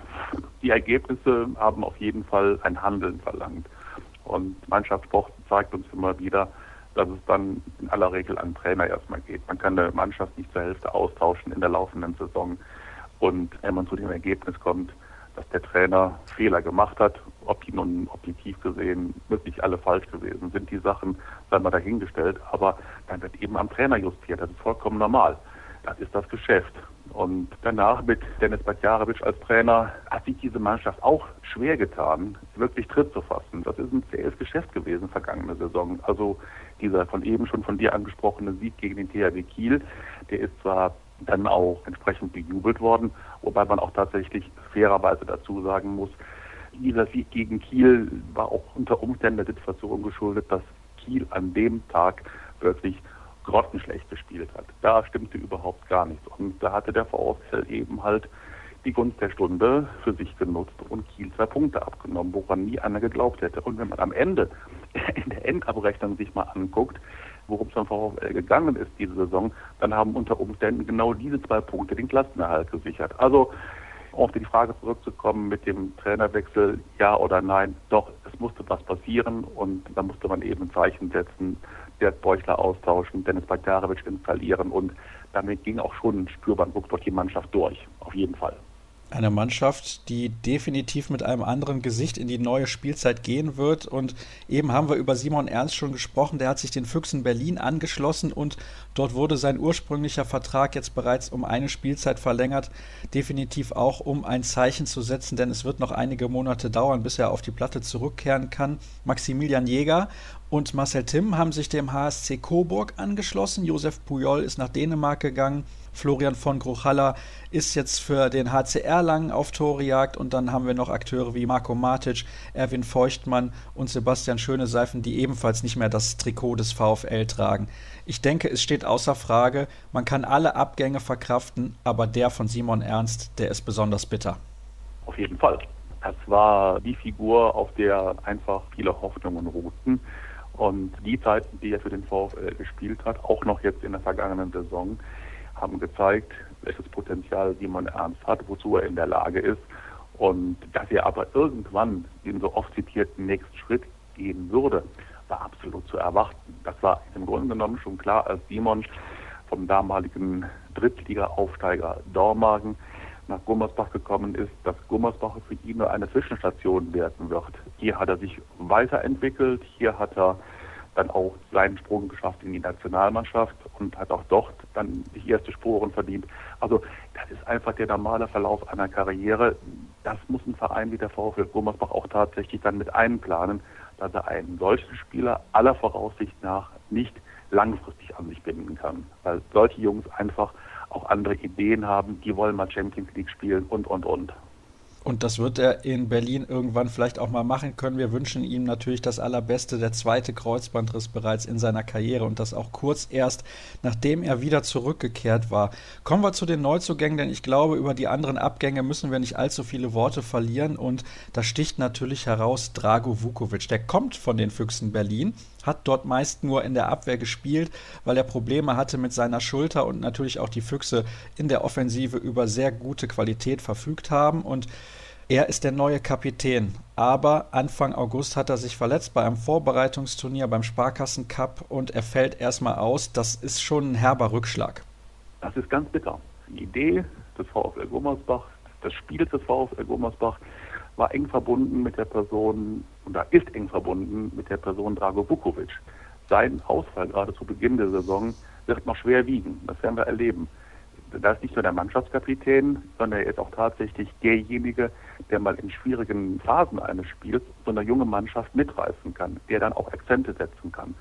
die Ergebnisse haben auf jeden Fall ein Handeln verlangt. Und Mannschaftssport zeigt uns immer wieder, dass es dann in aller Regel an den Trainer erstmal geht. Man kann eine Mannschaft nicht zur Hälfte austauschen in der laufenden Saison. Und wenn man zu dem Ergebnis kommt, dass der Trainer Fehler gemacht hat, ob die nun objektiv gesehen wirklich alle falsch gewesen sind, die Sachen sei mal dahingestellt, aber dann wird eben am Trainer justiert. Das ist vollkommen normal. Das ist das Geschäft. Und danach mit Denis Badjarevic als Trainer hat sich diese Mannschaft auch schwer getan, wirklich Tritt zu fassen. Das ist ein zähes Geschäft gewesen, vergangene Saison. Also dieser von eben schon von dir angesprochene Sieg gegen den T H W Kiel, der ist zwar dann auch entsprechend bejubelt worden, wobei man auch tatsächlich fairerweise dazu sagen muss, dieser Sieg gegen Kiel war auch unter Umständen der Situation geschuldet, dass Kiel an dem Tag wirklich grottenschlecht gespielt hat. Da stimmte überhaupt gar nichts. Und da hatte der VfL eben halt die Gunst der Stunde für sich genutzt und Kiel zwei Punkte abgenommen, woran nie einer geglaubt hätte. Und wenn man am Ende in der Endabrechnung sich mal anguckt, worum es beim VfL gegangen ist diese Saison, dann haben unter Umständen genau diese zwei Punkte den Klassenerhalt gesichert. Also, um auf die Frage zurückzukommen mit dem Trainerwechsel, ja oder nein, doch, es musste was passieren und da musste man eben ein Zeichen setzen, Dirk Beuchler austauschen, Denis Badjarevic installieren und damit ging auch schon spürbar ruck durch die Mannschaft durch, auf jeden Fall. Eine Mannschaft, die definitiv mit einem anderen Gesicht in die neue Spielzeit gehen wird. Und eben haben wir über Simon Ernst schon gesprochen. Der hat sich den Füchsen Berlin angeschlossen und dort wurde sein ursprünglicher Vertrag jetzt bereits um eine Spielzeit verlängert. Definitiv auch, um ein Zeichen zu setzen, denn es wird noch einige Monate dauern, bis er auf die Platte zurückkehren kann. Maximilian Jäger und Marcel Timm haben sich dem H S C Coburg angeschlossen. Josef Pujol ist nach Dänemark gegangen. Florian von Gruchalla ist jetzt für den H C Erlangen auf Torejagd und dann haben wir noch Akteure wie Marko Matic, Erwin Feuchtmann und Sebastian Schöneseifen, die ebenfalls nicht mehr das Trikot des VfL tragen. Ich denke, es steht außer Frage, man kann alle Abgänge verkraften, aber der von Simon Ernst, der ist besonders bitter. Auf jeden Fall. Das war die Figur, auf der einfach viele Hoffnungen ruhten. Und die Zeiten, die er für den VfL gespielt hat, auch noch jetzt in der vergangenen Saison, haben gezeigt, welches Potenzial Simon Ernst hat, wozu er in der Lage ist. Und dass er aber irgendwann den so oft zitierten nächsten Schritt gehen würde, war absolut zu erwarten. Das war im Grunde genommen schon klar, als Simon vom damaligen Drittliga-Aufsteiger Dormagen nach Gummersbach gekommen ist, dass Gummersbach für ihn nur eine Zwischenstation werden wird. Hier hat er sich weiterentwickelt, hier hat er dann auch seinen Sprung geschafft in die Nationalmannschaft und hat auch dort dann die erste Spuren verdient. Also das ist einfach der normale Verlauf einer Karriere. Das muss ein Verein wie der VfL Gummersbach auch tatsächlich dann mit einplanen, dass er einen solchen Spieler aller Voraussicht nach nicht langfristig an sich binden kann. Weil solche Jungs einfach auch andere Ideen haben, die wollen mal Champions League spielen und, und, und. Und das wird er in Berlin irgendwann vielleicht auch mal machen können. Wir wünschen ihm natürlich das Allerbeste. Der zweite Kreuzbandriss bereits in seiner Karriere und das auch kurz erst, nachdem er wieder zurückgekehrt war. Kommen wir zu den Neuzugängen, denn ich glaube, über die anderen Abgänge müssen wir nicht allzu viele Worte verlieren. Und da sticht natürlich heraus Drago Vukovic. Der kommt von den Füchsen Berlin, hat dort meist nur in der Abwehr gespielt, weil er Probleme hatte mit seiner Schulter und natürlich auch die Füchse in der Offensive über sehr gute Qualität verfügt haben. Und er ist der neue Kapitän, aber Anfang August hat er sich verletzt bei einem Vorbereitungsturnier beim Sparkassen-Cup und er fällt erstmal aus. Das ist schon ein herber Rückschlag. Das ist ganz bitter. Die Idee des VfL Gummersbach, des Spiels des VfL Gummersbach war eng verbunden mit der Person, oder ist eng verbunden mit der Person Drago Vukovic. Sein Ausfall gerade zu Beginn der Saison wird noch schwer wiegen. Das werden wir erleben. Da ist nicht nur der Mannschaftskapitän, sondern er ist auch tatsächlich derjenige, der mal in schwierigen Phasen eines Spiels so eine junge Mannschaft mitreißen kann, der dann auch Akzente setzen kann.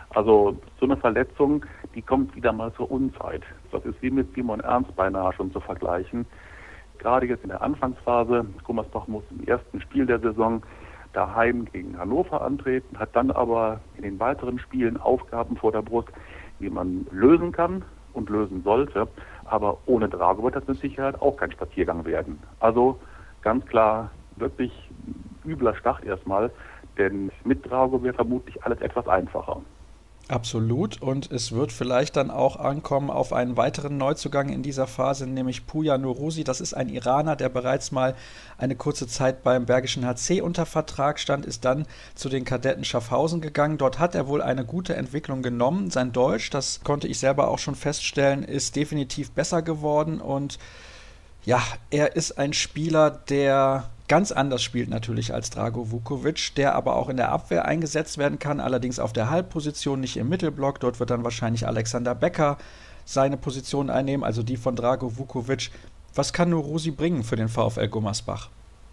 Also so eine Verletzung, die kommt wieder mal zur Unzeit. Das ist wie mit Simon Ernst beinahe schon zu vergleichen. Gerade jetzt in der Anfangsphase, Gummersbach muss im ersten Spiel der Saison daheim gegen Hannover antreten, hat dann aber in den weiteren Spielen Aufgaben vor der Brust, die man lösen kann und lösen sollte. Aber ohne Drago wird das mit Sicherheit auch kein Spaziergang werden. Also ganz klar, wirklich übler Start erstmal, denn mit Drago wäre vermutlich alles etwas einfacher. Absolut, und es wird vielleicht dann auch ankommen auf einen weiteren Neuzugang in dieser Phase, nämlich Puja Nuruzi. Das ist ein Iraner, der bereits mal eine kurze Zeit beim Bergischen H C unter Vertrag stand, ist dann zu den Kadetten Schaffhausen gegangen. Dort hat er wohl eine gute Entwicklung genommen. Sein Deutsch, das konnte ich selber auch schon feststellen, ist definitiv besser geworden, und ja, er ist ein Spieler, der ganz anders spielt natürlich als Drago Vukovic, der aber auch in der Abwehr eingesetzt werden kann, allerdings auf der Halbposition, nicht im Mittelblock. Dort wird dann wahrscheinlich Alexander Becker seine Position einnehmen, also die von Drago Vukovic. Was kann Nuruzi bringen für den VfL Gummersbach?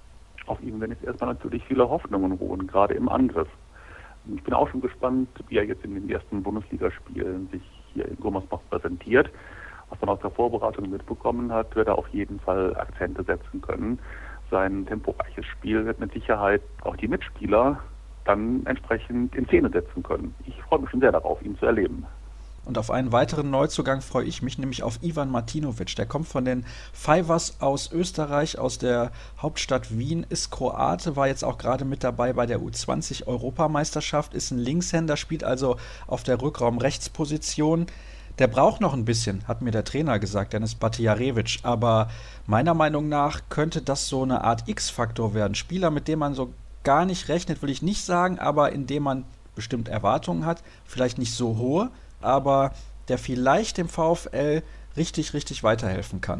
Auf ihn werden jetzt erstmal natürlich viele Hoffnungen ruhen, gerade im Angriff. Ich bin auch schon gespannt, wie er jetzt in den ersten Bundesligaspielen sich hier in Gummersbach präsentiert. Was man aus der Vorbereitung mitbekommen hat, wird er auf jeden Fall Akzente setzen können. Sein temporeiches Spiel wird mit Sicherheit auch die Mitspieler dann entsprechend in Szene setzen können. Ich freue mich schon sehr darauf, ihn zu erleben. Und auf einen weiteren Neuzugang freue ich mich, nämlich auf Ivan Martinovic. Der kommt von den Fivers aus Österreich, aus der Hauptstadt Wien, ist Kroate, war jetzt auch gerade mit dabei bei der U zwanzig Europameisterschaft, ist ein Linkshänder, spielt also auf der Rückraum-Rechtsposition. Der braucht noch ein bisschen, hat mir der Trainer gesagt, Dennis Batijarevic. Aber meiner Meinung nach könnte das so eine Art X-Faktor werden. Spieler, mit dem man so gar nicht rechnet, will ich nicht sagen, aber in dem man bestimmt Erwartungen hat. Vielleicht nicht so hohe, aber der vielleicht dem VfL richtig, richtig weiterhelfen kann.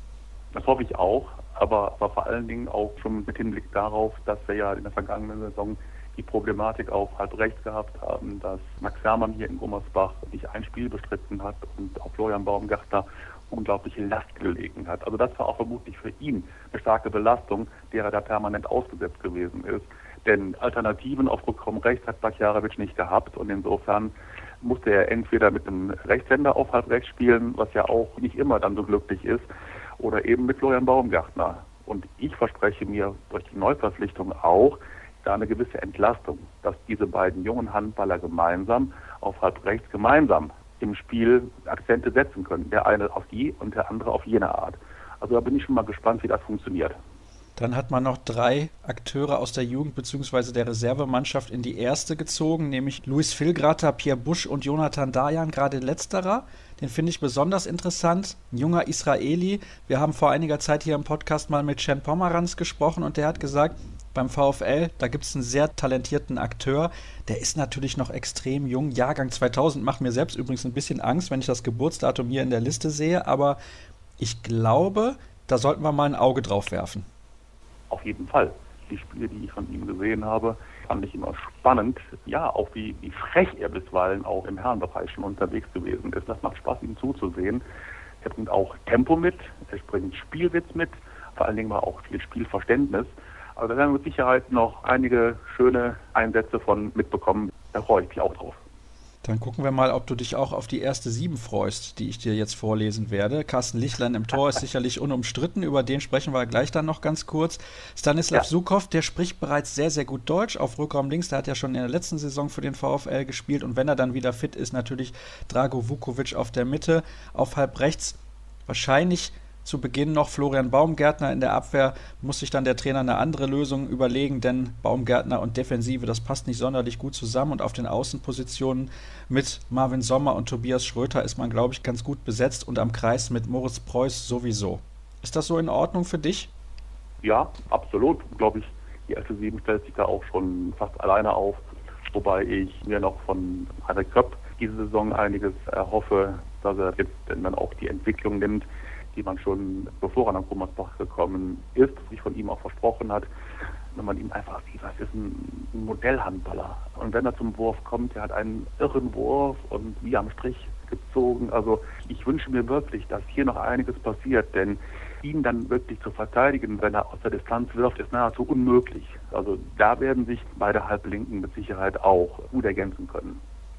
Das hoffe ich auch, aber, aber vor allen Dingen auch schon mit Hinblick darauf, dass wir ja in der vergangenen Saison die Problematik auf halb rechts gehabt haben, dass Max Hermann hier in Gummersbach nicht ein Spiel bestritten hat und auf Florian Baumgartner unglaubliche Last gelegen hat. Also das war auch vermutlich für ihn eine starke Belastung, der er da permanent ausgesetzt gewesen ist. Denn Alternativen auf Rückraum rechts hat Batijarevic nicht gehabt, und insofern musste er entweder mit einem Rechtshänder auf halb rechts spielen, was ja auch nicht immer dann so glücklich ist, oder eben mit Florian Baumgartner. Und ich verspreche mir durch die Neuverpflichtung auch da eine gewisse Entlastung, dass diese beiden jungen Handballer gemeinsam auf halb rechts gemeinsam im Spiel Akzente setzen können. Der eine auf die und der andere auf jene Art. Also da bin ich schon mal gespannt, wie das funktioniert. Dann hat man noch drei Akteure aus der Jugend bzw. der Reservemannschaft in die erste gezogen, nämlich Luis Filgrater, Pierre Busch und Jonathan Dayan, gerade letzterer. Den finde ich besonders interessant. Ein junger Israeli. Wir haben vor einiger Zeit hier im Podcast mal mit Cem Pomeranz gesprochen, und der hat gesagt, beim VfL, da gibt es einen sehr talentierten Akteur. Der ist natürlich noch extrem jung. Jahrgang zweitausend, macht mir selbst übrigens ein bisschen Angst, wenn ich das Geburtsdatum hier in der Liste sehe. Aber ich glaube, da sollten wir mal ein Auge drauf werfen. Auf jeden Fall. Die Spiele, die ich von ihm gesehen habe, fand ich immer spannend. Ja, auch wie, wie frech er bisweilen auch im Herrenbereich schon unterwegs gewesen ist. Das macht Spaß, ihm zuzusehen. Er bringt auch Tempo mit, er bringt Spielwitz mit, vor allen Dingen war auch viel Spielverständnis. Also da werden wir mit Sicherheit noch einige schöne Einsätze von mitbekommen. Da freue ich mich auch drauf. Dann gucken wir mal, ob du dich auch auf die erste Sieben freust, die ich dir jetzt vorlesen werde. Carsten Lichtlein im Tor ist sicherlich unumstritten, über den sprechen wir gleich dann noch ganz kurz. Stanislav ja. Sukow, der spricht bereits sehr, sehr gut Deutsch auf Rückraum links, der hat ja schon in der letzten Saison für den VfL gespielt, und wenn er dann wieder fit ist, natürlich Drago Vukovic auf der Mitte, auf halb rechts wahrscheinlich zu Beginn noch Florian Baumgartner. In der Abwehr muss sich dann der Trainer eine andere Lösung überlegen, denn Baumgartner und Defensive, das passt nicht sonderlich gut zusammen, und auf den Außenpositionen mit Marvin Sommer und Tobias Schröter ist man, glaube ich, ganz gut besetzt, und am Kreis mit Moritz Preuß sowieso. Ist das so in Ordnung für dich? Ja, absolut. Glaube ich, die erste Sieben stellt sich da auch schon fast alleine auf, wobei ich mir noch von Henrik Köpp diese Saison einiges erhoffe, dass er jetzt dann auch die Entwicklung nimmt, die man schon, bevor er nach Gummersbach gekommen ist, sich von ihm auch versprochen hat, wenn man ihm einfach sieht, was ist ein Modellhandballer. Und wenn er zum Wurf kommt, er hat einen irren Wurf und wie am Strich gezogen. Also ich wünsche mir wirklich, dass hier noch einiges passiert, denn ihn dann wirklich zu verteidigen, wenn er aus der Distanz wirft, ist nahezu unmöglich. Also da werden sich beide Halblinken mit Sicherheit auch gut ergänzen können.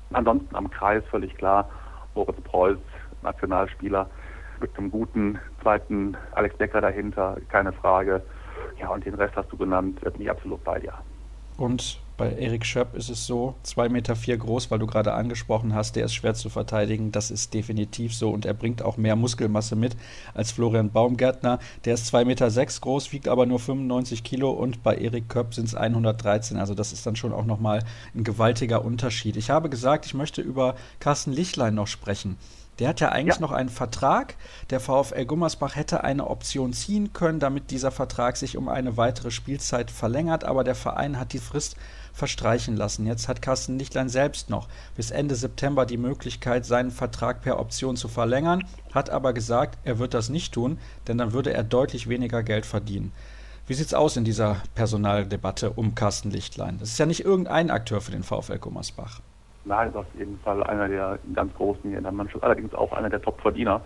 Ansonsten am Kreis völlig klar, Moritz Preuß, Nationalspieler, mit einem guten zweiten Alex Becker dahinter, keine Frage. Ja, und den Rest hast du genannt, da bin ich absolut bei dir. Und bei Erik Schöpp ist es so, zwei Meter vier groß, weil du gerade angesprochen hast, der ist schwer zu verteidigen, das ist definitiv so und er bringt auch mehr Muskelmasse mit als Florian Baumgärtner. Der ist zwei Meter sechs groß, wiegt aber nur fünfundneunzig Kilo und bei Erik Köpp sind es hundertdreizehn, also das ist dann schon auch nochmal ein gewaltiger Unterschied. Ich habe gesagt, ich möchte über Carsten Lichtlein noch sprechen. Der hat ja eigentlich ja. noch einen Vertrag. Der VfL Gummersbach hätte eine Option ziehen können, damit dieser Vertrag sich um eine weitere Spielzeit verlängert, aber der Verein hat die Frist verstreichen lassen. Jetzt hat Carsten Lichtlein selbst noch bis Ende September die Möglichkeit, seinen Vertrag per Option zu verlängern, hat aber gesagt, er wird das nicht tun, denn dann würde er deutlich weniger Geld verdienen. Wie sieht's aus in dieser Personaldebatte um Carsten Lichtlein? Das ist ja nicht irgendein Akteur für den VfL Gummersbach. Nein, ist auf jeden Fall einer der ganz Großen hier in der Mannschaft, allerdings auch einer der Top-Verdiener.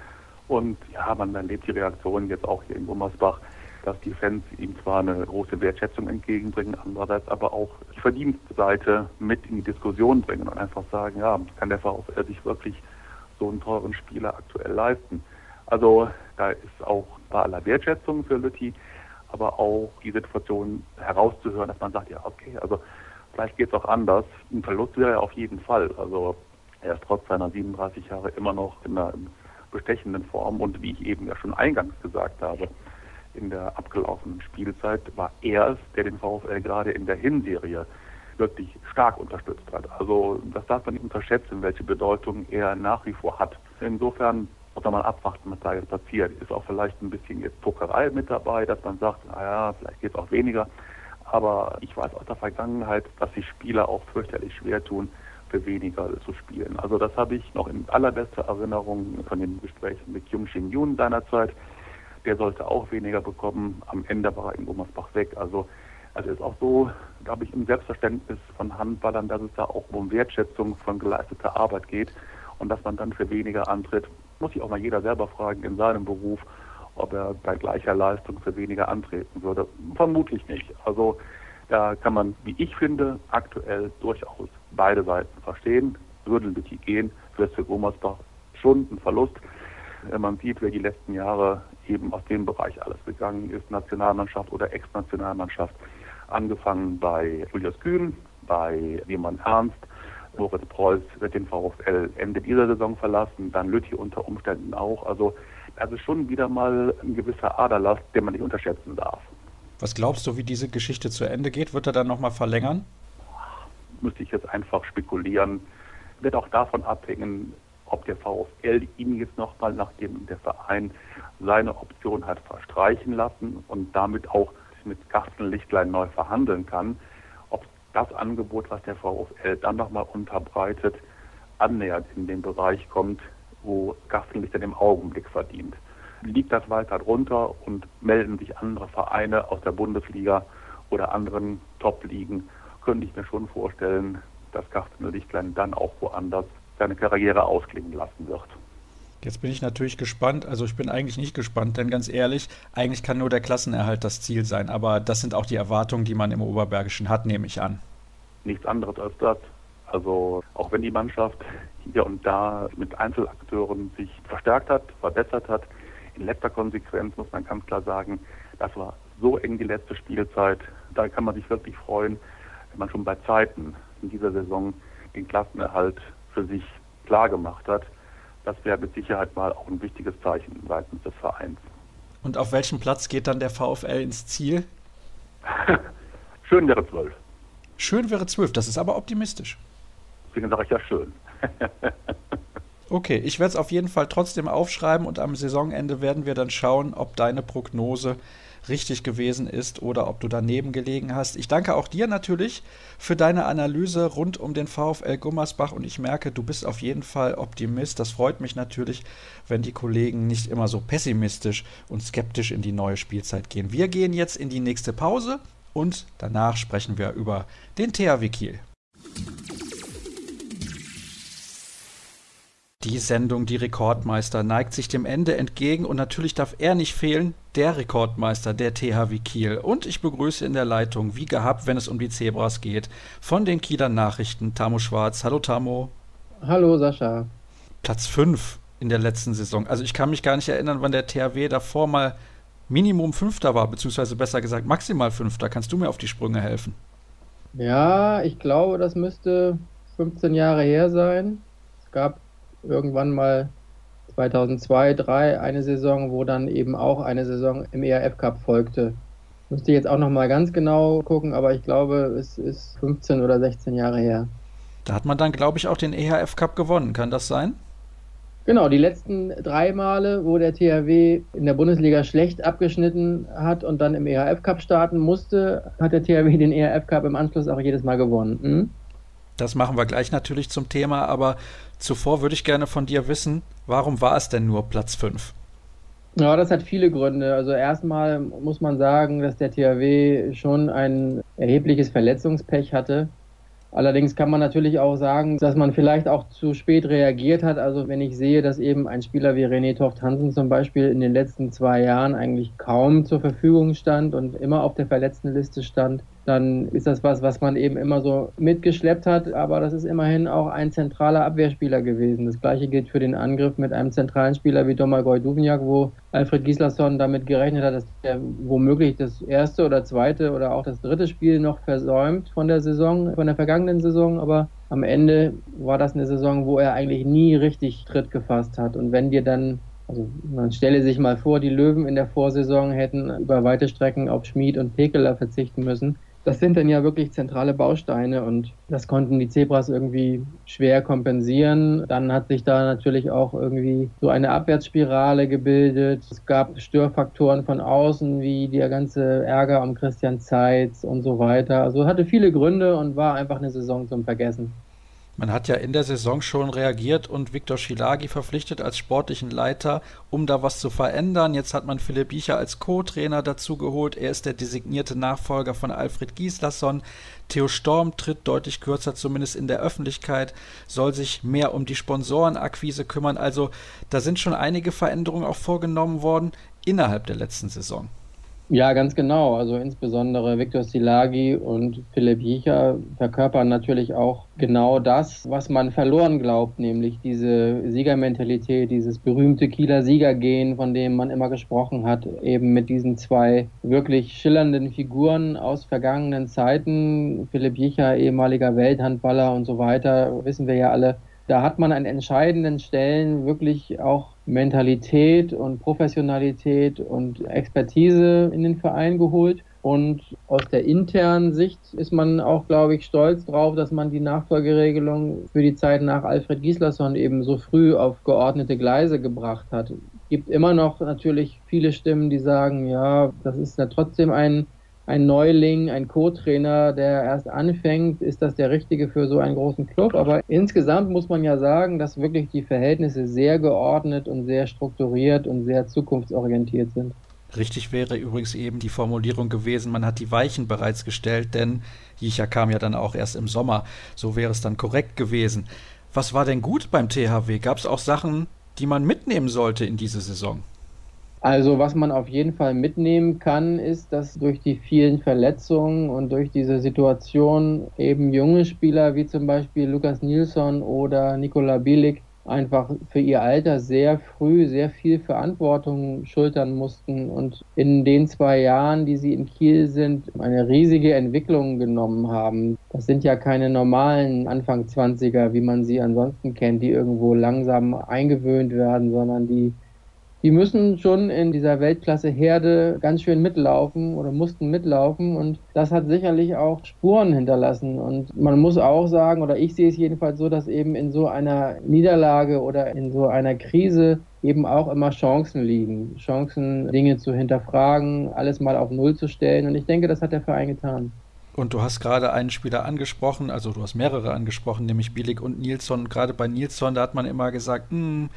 Und ja, man erlebt die Reaktion jetzt auch hier in Gummersbach, dass die Fans ihm zwar eine große Wertschätzung entgegenbringen, andererseits aber auch die Verdienstseite mit in die Diskussion bringen und einfach sagen, ja, kann der VfL sich wirklich so einen teuren Spieler aktuell leisten? Also da ist auch bei aller Wertschätzung für Lütti, aber auch die Situation herauszuhören, dass man sagt, ja okay, also vielleicht geht es auch anders. Ein Verlust wäre er auf jeden Fall. Also er ist trotz seiner siebenunddreißig Jahre immer noch in einer bestechenden Form. Und wie ich eben ja schon eingangs gesagt habe, in der abgelaufenen Spielzeit war er es, der den VfL gerade in der Hinserie wirklich stark unterstützt hat. Also das darf man nicht unterschätzen, welche Bedeutung er nach wie vor hat. Insofern muss man mal abwarten, was da jetzt passiert. Ist auch vielleicht ein bisschen jetzt Pokerei mit dabei, dass man sagt, naja, vielleicht geht es auch weniger. Aber ich weiß aus der Vergangenheit, dass sich Spieler auch fürchterlich schwer tun, für weniger zu spielen. Also das habe ich noch in allerbester Erinnerung von den Gesprächen mit Jung Shin Yoon seinerzeit. Der sollte auch weniger bekommen. Am Ende war er in Gummersbach weg. Also also ist auch so, glaube ich, im Selbstverständnis von Handballern, dass es da auch um Wertschätzung von geleisteter Arbeit geht und dass man dann für weniger antritt. Muss sich auch mal jeder selber fragen in seinem Beruf, ob er bei gleicher Leistung für weniger antreten würde. Vermutlich nicht. Also da kann man, wie ich finde, aktuell durchaus beide Seiten verstehen. Würde Lütti gehen, wäre es für Gummersbach schon ein Verlust. Wenn man sieht, wer die letzten Jahre eben aus dem Bereich alles gegangen ist, Nationalmannschaft oder Ex-Nationalmannschaft, angefangen bei Julius Kühn, bei Simon Ernst, Moritz Preuß wird den VfL Ende dieser Saison verlassen, dann Lütti unter Umständen auch. Also das ist schon wieder mal ein gewisser Aderlass, den man nicht unterschätzen darf. Was glaubst du, wie diese Geschichte zu Ende geht? Wird er dann nochmal verlängern? Müsste ich jetzt einfach spekulieren. Wird auch davon abhängen, ob der VfL ihn jetzt nochmal, nachdem der Verein seine Option hat verstreichen lassen und damit auch mit Carsten Lichtlein neu verhandeln kann, ob das Angebot, was der VfL dann nochmal unterbreitet, annähernd in den Bereich kommt, wo Carsten Lichtlein im Augenblick verdient. Liegt das weiter drunter und melden sich andere Vereine aus der Bundesliga oder anderen Top-Ligen, könnte ich mir schon vorstellen, dass Carsten Lichtlein dann auch woanders seine Karriere ausklingen lassen wird. Jetzt bin ich natürlich gespannt, also ich bin eigentlich nicht gespannt, denn ganz ehrlich, eigentlich kann nur der Klassenerhalt das Ziel sein, aber das sind auch die Erwartungen, die man im Oberbergischen hat, nehme ich an. Nichts anderes als das. Also auch wenn die Mannschaft hier und da mit Einzelakteuren sich verstärkt hat, verbessert hat, in letzter Konsequenz muss man ganz klar sagen, das war so eng die letzte Spielzeit, da kann man sich wirklich freuen, wenn man schon bei Zeiten in dieser Saison den Klassenerhalt für sich klar gemacht hat. Das wäre mit Sicherheit mal auch ein wichtiges Zeichen seitens des Vereins. Und auf welchem Platz geht dann der VfL ins Ziel? Schön wäre zwölf. Schön wäre zwölf, das ist aber optimistisch. Deswegen sage ich ja schön. Okay, ich werde es auf jeden Fall trotzdem aufschreiben und am Saisonende werden wir dann schauen, ob deine Prognose richtig gewesen ist oder ob du daneben gelegen hast. Ich danke auch dir natürlich für deine Analyse rund um den VfL Gummersbach und ich merke, du bist auf jeden Fall Optimist. Das freut mich natürlich, wenn die Kollegen nicht immer so pessimistisch und skeptisch in die neue Spielzeit gehen. Wir gehen jetzt in die nächste Pause und danach sprechen wir über den T H W Kiel. Die Sendung Die Rekordmeister neigt sich dem Ende entgegen und natürlich darf er nicht fehlen, der Rekordmeister der T H W Kiel. Und ich begrüße in der Leitung, wie gehabt, wenn es um die Zebras geht, von den Kieler Nachrichten Tamo Schwarz. Hallo Tamo. Hallo Sascha. Platz fünf in der letzten Saison. Also ich kann mich gar nicht erinnern, wann der T H W davor mal Minimum Fünfter war, beziehungsweise besser gesagt maximal Fünfter. Kannst du mir auf die Sprünge helfen? Ja, ich glaube, das müsste fünfzehn Jahre her sein. Es gab irgendwann mal zweitausendzwei, zweitausenddrei eine Saison, wo dann eben auch eine Saison im E R F Cup folgte. Müsste ich jetzt auch noch mal ganz genau gucken, aber ich glaube, es ist fünfzehn oder sechzehn Jahre her. Da hat man dann, glaube ich, auch den E H F Cup gewonnen. Kann das sein? Genau, die letzten drei Male, wo der T H W in der Bundesliga schlecht abgeschnitten hat und dann im E H F Cup starten musste, hat der T H W den E H F Cup im Anschluss auch jedes Mal gewonnen. Hm? Das machen wir gleich natürlich zum Thema, aber zuvor würde ich gerne von dir wissen, warum war es denn nur Platz fünf? Ja, das hat viele Gründe. Also erstmal muss man sagen, dass der T H W schon ein erhebliches Verletzungspech hatte. Allerdings kann man natürlich auch sagen, dass man vielleicht auch zu spät reagiert hat. Also wenn ich sehe, dass eben ein Spieler wie René Toft-Hansen zum Beispiel in den letzten zwei Jahren eigentlich kaum zur Verfügung stand und immer auf der Verletztenliste stand, dann ist das was, was man eben immer so mitgeschleppt hat. Aber das ist immerhin auch ein zentraler Abwehrspieler gewesen. Das Gleiche gilt für den Angriff mit einem zentralen Spieler wie Domagoj Duvnjak, wo Alfred Gislason damit gerechnet hat, dass er womöglich das erste oder zweite oder auch das dritte Spiel noch versäumt von der Saison, von der vergangenen Saison. Aber am Ende war das eine Saison, wo er eigentlich nie richtig Tritt gefasst hat. Und wenn dir dann Also man stelle sich mal vor, die Löwen in der Vorsaison hätten über weite Strecken auf Schmid und Pekeler verzichten müssen. Das sind dann ja wirklich zentrale Bausteine und das konnten die Zebras irgendwie schwer kompensieren. Dann hat sich da natürlich auch irgendwie so eine Abwärtsspirale gebildet. Es gab Störfaktoren von außen, wie der ganze Ärger um Christian Zeitz und so weiter. Also hatte viele Gründe und war einfach eine Saison zum Vergessen. Man hat ja in der Saison schon reagiert und Viktor Schilágy verpflichtet als sportlichen Leiter, um da was zu verändern. Jetzt hat man Philipp Jicha als Co-Trainer dazu geholt. Er ist der designierte Nachfolger von Alfred Gislason. Theo Storm tritt deutlich kürzer, zumindest in der Öffentlichkeit, soll sich mehr um die Sponsorenakquise kümmern. Also da sind schon einige Veränderungen auch vorgenommen worden innerhalb der letzten Saison. Ja, ganz genau. Also insbesondere Viktor Szilágy und Philipp Jicha verkörpern natürlich auch genau das, was man verloren glaubt, nämlich diese Siegermentalität, dieses berühmte Kieler Siegergehen, von dem man immer gesprochen hat, eben mit diesen zwei wirklich schillernden Figuren aus vergangenen Zeiten. Philipp Jicha, ehemaliger Welthandballer und so weiter, wissen wir ja alle. Da hat man an entscheidenden Stellen wirklich auch Mentalität und Professionalität und Expertise in den Verein geholt. Und aus der internen Sicht ist man auch, glaube ich, stolz drauf, dass man die Nachfolgeregelung für die Zeit nach Alfred Gislason eben so früh auf geordnete Gleise gebracht hat. Es gibt immer noch natürlich viele Stimmen, die sagen, ja, das ist ja trotzdem ein Ein Neuling, ein Co-Trainer, der erst anfängt, ist das der Richtige für so einen großen Club? Aber insgesamt muss man ja sagen, dass wirklich die Verhältnisse sehr geordnet und sehr strukturiert und sehr zukunftsorientiert sind. Richtig wäre übrigens eben die Formulierung gewesen, man hat die Weichen bereits gestellt, denn Jicha kam ja dann auch erst im Sommer. So wäre es dann korrekt gewesen. Was war denn gut beim T H W? Gab es auch Sachen, die man mitnehmen sollte in diese Saison? Also was man auf jeden Fall mitnehmen kann, ist, dass durch die vielen Verletzungen und durch diese Situation eben junge Spieler wie zum Beispiel Lukas Nilsson oder Nikola Bielik einfach für ihr Alter sehr früh sehr viel Verantwortung schultern mussten und in den zwei Jahren, die sie in Kiel sind, eine riesige Entwicklung genommen haben. Das sind ja keine normalen Anfang zwanziger, wie man sie ansonsten kennt, die irgendwo langsam eingewöhnt werden, sondern die Die müssen schon in dieser Weltklasse-Herde ganz schön mitlaufen oder mussten mitlaufen und das hat sicherlich auch Spuren hinterlassen. Und man muss auch sagen, oder ich sehe es jedenfalls so, dass eben in so einer Niederlage oder in so einer Krise eben auch immer Chancen liegen. Chancen, Dinge zu hinterfragen, alles mal auf Null zu stellen und ich denke, das hat der Verein getan. Und du hast gerade einen Spieler angesprochen, also du hast mehrere angesprochen, nämlich Bielik und Nilsson. Und gerade bei Nilsson, da hat man immer gesagt, hm,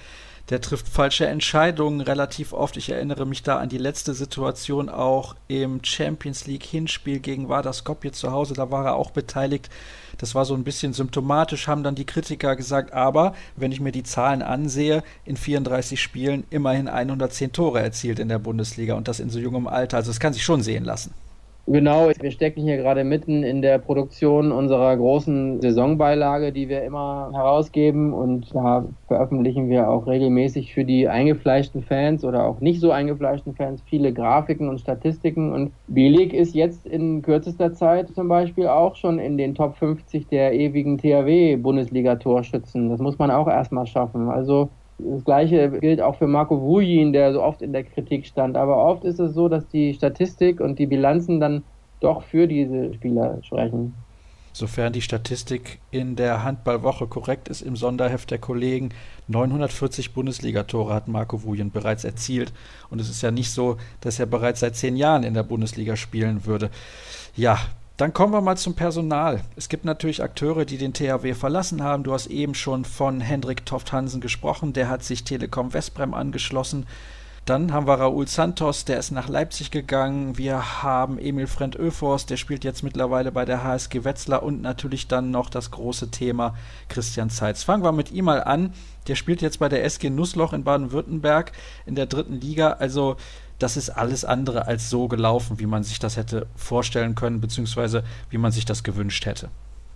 Der trifft falsche Entscheidungen relativ oft. Ich erinnere mich da an die letzte Situation auch im Champions League Hinspiel gegen Vardar Skopje zu Hause. Da war er auch beteiligt. Das war so ein bisschen symptomatisch, haben dann die Kritiker gesagt. Aber wenn ich mir die Zahlen ansehe, in vierunddreißig Spielen immerhin hundertzehn Tore erzielt in der Bundesliga und das in so jungem Alter. Also das kann sich schon sehen lassen. Genau, wir stecken hier gerade mitten in der Produktion unserer großen Saisonbeilage, die wir immer herausgeben, und da veröffentlichen wir auch regelmäßig für die eingefleischten Fans oder auch nicht so eingefleischten Fans viele Grafiken und Statistiken, und Bielik ist jetzt in kürzester Zeit zum Beispiel auch schon in den Top fünfzig der ewigen T H W-Bundesliga-Torschützen. Das muss man auch erstmal schaffen. Also das Gleiche gilt auch für Marco Vujin, der so oft in der Kritik stand. Aber oft ist es so, dass die Statistik und die Bilanzen dann doch für diese Spieler sprechen. Sofern die Statistik in der Handballwoche korrekt ist, im Sonderheft der Kollegen, neunhundertvierzig Bundesligatore hat Marco Vujin bereits erzielt. Und es ist ja nicht so, dass er bereits seit zehn Jahren in der Bundesliga spielen würde. Ja, dann kommen wir mal zum Personal. Es gibt natürlich Akteure, die den T H W verlassen haben. Du hast eben schon von Hendrik Toft-Hansen gesprochen. Der hat sich Telekom Westbrem angeschlossen. Dann haben wir Raúl Santos, der ist nach Leipzig gegangen. Wir haben Emil Frendt-Öfors, der spielt jetzt mittlerweile bei der H S G Wetzlar. Und natürlich dann noch das große Thema Christian Zeitz. Fangen wir mit ihm mal an. Der spielt jetzt bei der S G Nussloch in Baden-Württemberg in der dritten Liga. Also das ist alles andere als so gelaufen, wie man sich das hätte vorstellen können, beziehungsweise wie man sich das gewünscht hätte.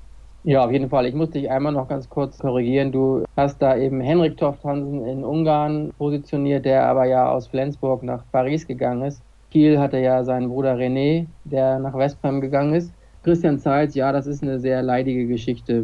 Ja, auf jeden Fall. Ich muss dich einmal noch ganz kurz korrigieren. Du hast da eben Henrik Toft-Hansen in Ungarn positioniert, der aber ja aus Flensburg nach Paris gegangen ist. Kiel hatte ja seinen Bruder René, der nach Westbrem gegangen ist. Christian Zeitz, ja, das ist eine sehr leidige Geschichte.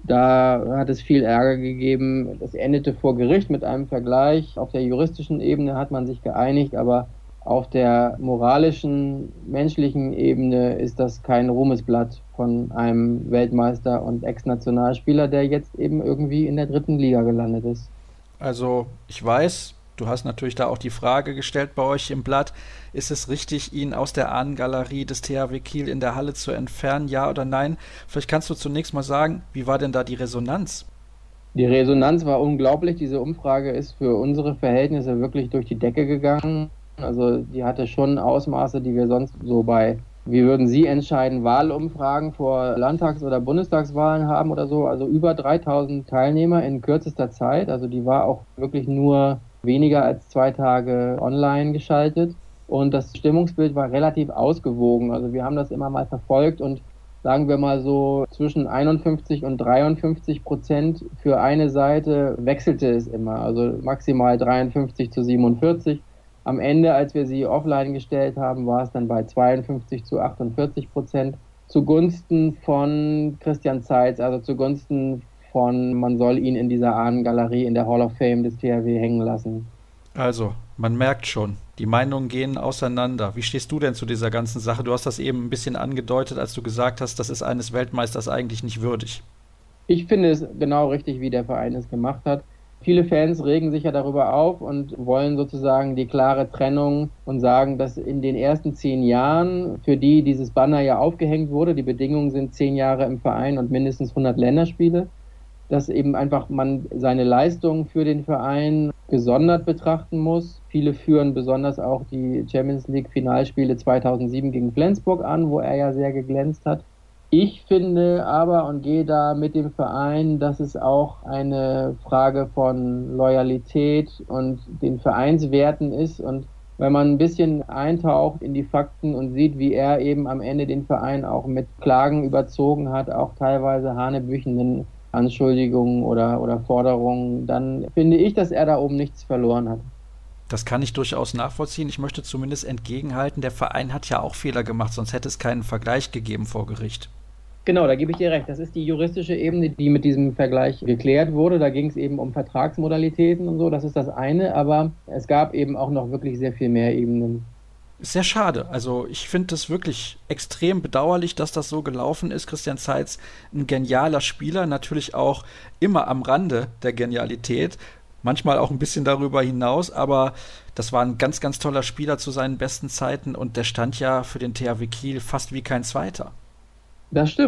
Da hat es viel Ärger gegeben. Das endete vor Gericht mit einem Vergleich. Auf der juristischen Ebene hat man sich geeinigt, aber auf der moralischen, menschlichen Ebene ist das kein Ruhmesblatt von einem Weltmeister und Ex-Nationalspieler, der jetzt eben irgendwie in der dritten Liga gelandet ist. Also ich weiß, du hast natürlich da auch die Frage gestellt bei euch im Blatt, ist es richtig, ihn aus der Ahnengalerie des T H W Kiel in der Halle zu entfernen, ja oder nein? Vielleicht kannst du zunächst mal sagen, wie war denn da die Resonanz? Die Resonanz war unglaublich. Diese Umfrage ist für unsere Verhältnisse wirklich durch die Decke gegangen. Also die hatte schon Ausmaße, die wir sonst so bei, wie würden Sie entscheiden, Wahlumfragen vor Landtags- oder Bundestagswahlen haben oder so. Also über dreitausend Teilnehmer in kürzester Zeit. Also die war auch wirklich nur weniger als zwei Tage online geschaltet. Und das Stimmungsbild war relativ ausgewogen. Also wir haben das immer mal verfolgt und sagen wir mal so zwischen einundfünfzig und dreiundfünfzig Prozent für eine Seite wechselte es immer. Also maximal dreiundfünfzig zu siebenundvierzig. Am Ende, als wir sie offline gestellt haben, war es dann bei zweiundfünfzig zu achtundvierzig Prozent zugunsten von Christian Zeitz, also zugunsten von, man soll ihn in dieser Ahnengalerie in der Hall of Fame des T H W hängen lassen. Also, man merkt schon, die Meinungen gehen auseinander. Wie stehst du denn zu dieser ganzen Sache? Du hast das eben ein bisschen angedeutet, als du gesagt hast, das ist eines Weltmeisters eigentlich nicht würdig. Ich finde es genau richtig, wie der Verein es gemacht hat. Viele Fans regen sich ja darüber auf und wollen sozusagen die klare Trennung und sagen, dass in den ersten zehn Jahren, für die dieses Banner ja aufgehängt wurde, die Bedingungen sind zehn Jahre im Verein und mindestens hundert Länderspiele, dass eben einfach man seine Leistungen für den Verein gesondert betrachten muss. Viele führen besonders auch die Champions League Finalspiele zweitausendsieben gegen Flensburg an, wo er ja sehr geglänzt hat. Ich finde aber und gehe da mit dem Verein, dass es auch eine Frage von Loyalität und den Vereinswerten ist. Und wenn man ein bisschen eintaucht in die Fakten und sieht, wie er eben am Ende den Verein auch mit Klagen überzogen hat, auch teilweise hanebüchenden Anschuldigungen oder, oder Forderungen, dann finde ich, dass er da oben nichts verloren hat. Das kann ich durchaus nachvollziehen. Ich möchte zumindest entgegenhalten, der Verein hat ja auch Fehler gemacht, sonst hätte es keinen Vergleich gegeben vor Gericht. Genau, da gebe ich dir recht. Das ist die juristische Ebene, die mit diesem Vergleich geklärt wurde. Da ging es eben um Vertragsmodalitäten und so. Das ist das eine, aber es gab eben auch noch wirklich sehr viel mehr Ebenen. Sehr schade. Also ich finde das wirklich extrem bedauerlich, dass das so gelaufen ist. Christian Zeitz, ein genialer Spieler, natürlich auch immer am Rande der Genialität. Manchmal auch ein bisschen darüber hinaus, aber das war ein ganz, ganz toller Spieler zu seinen besten Zeiten und der stand ja für den T H W Kiel fast wie kein Zweiter. Das stimmt.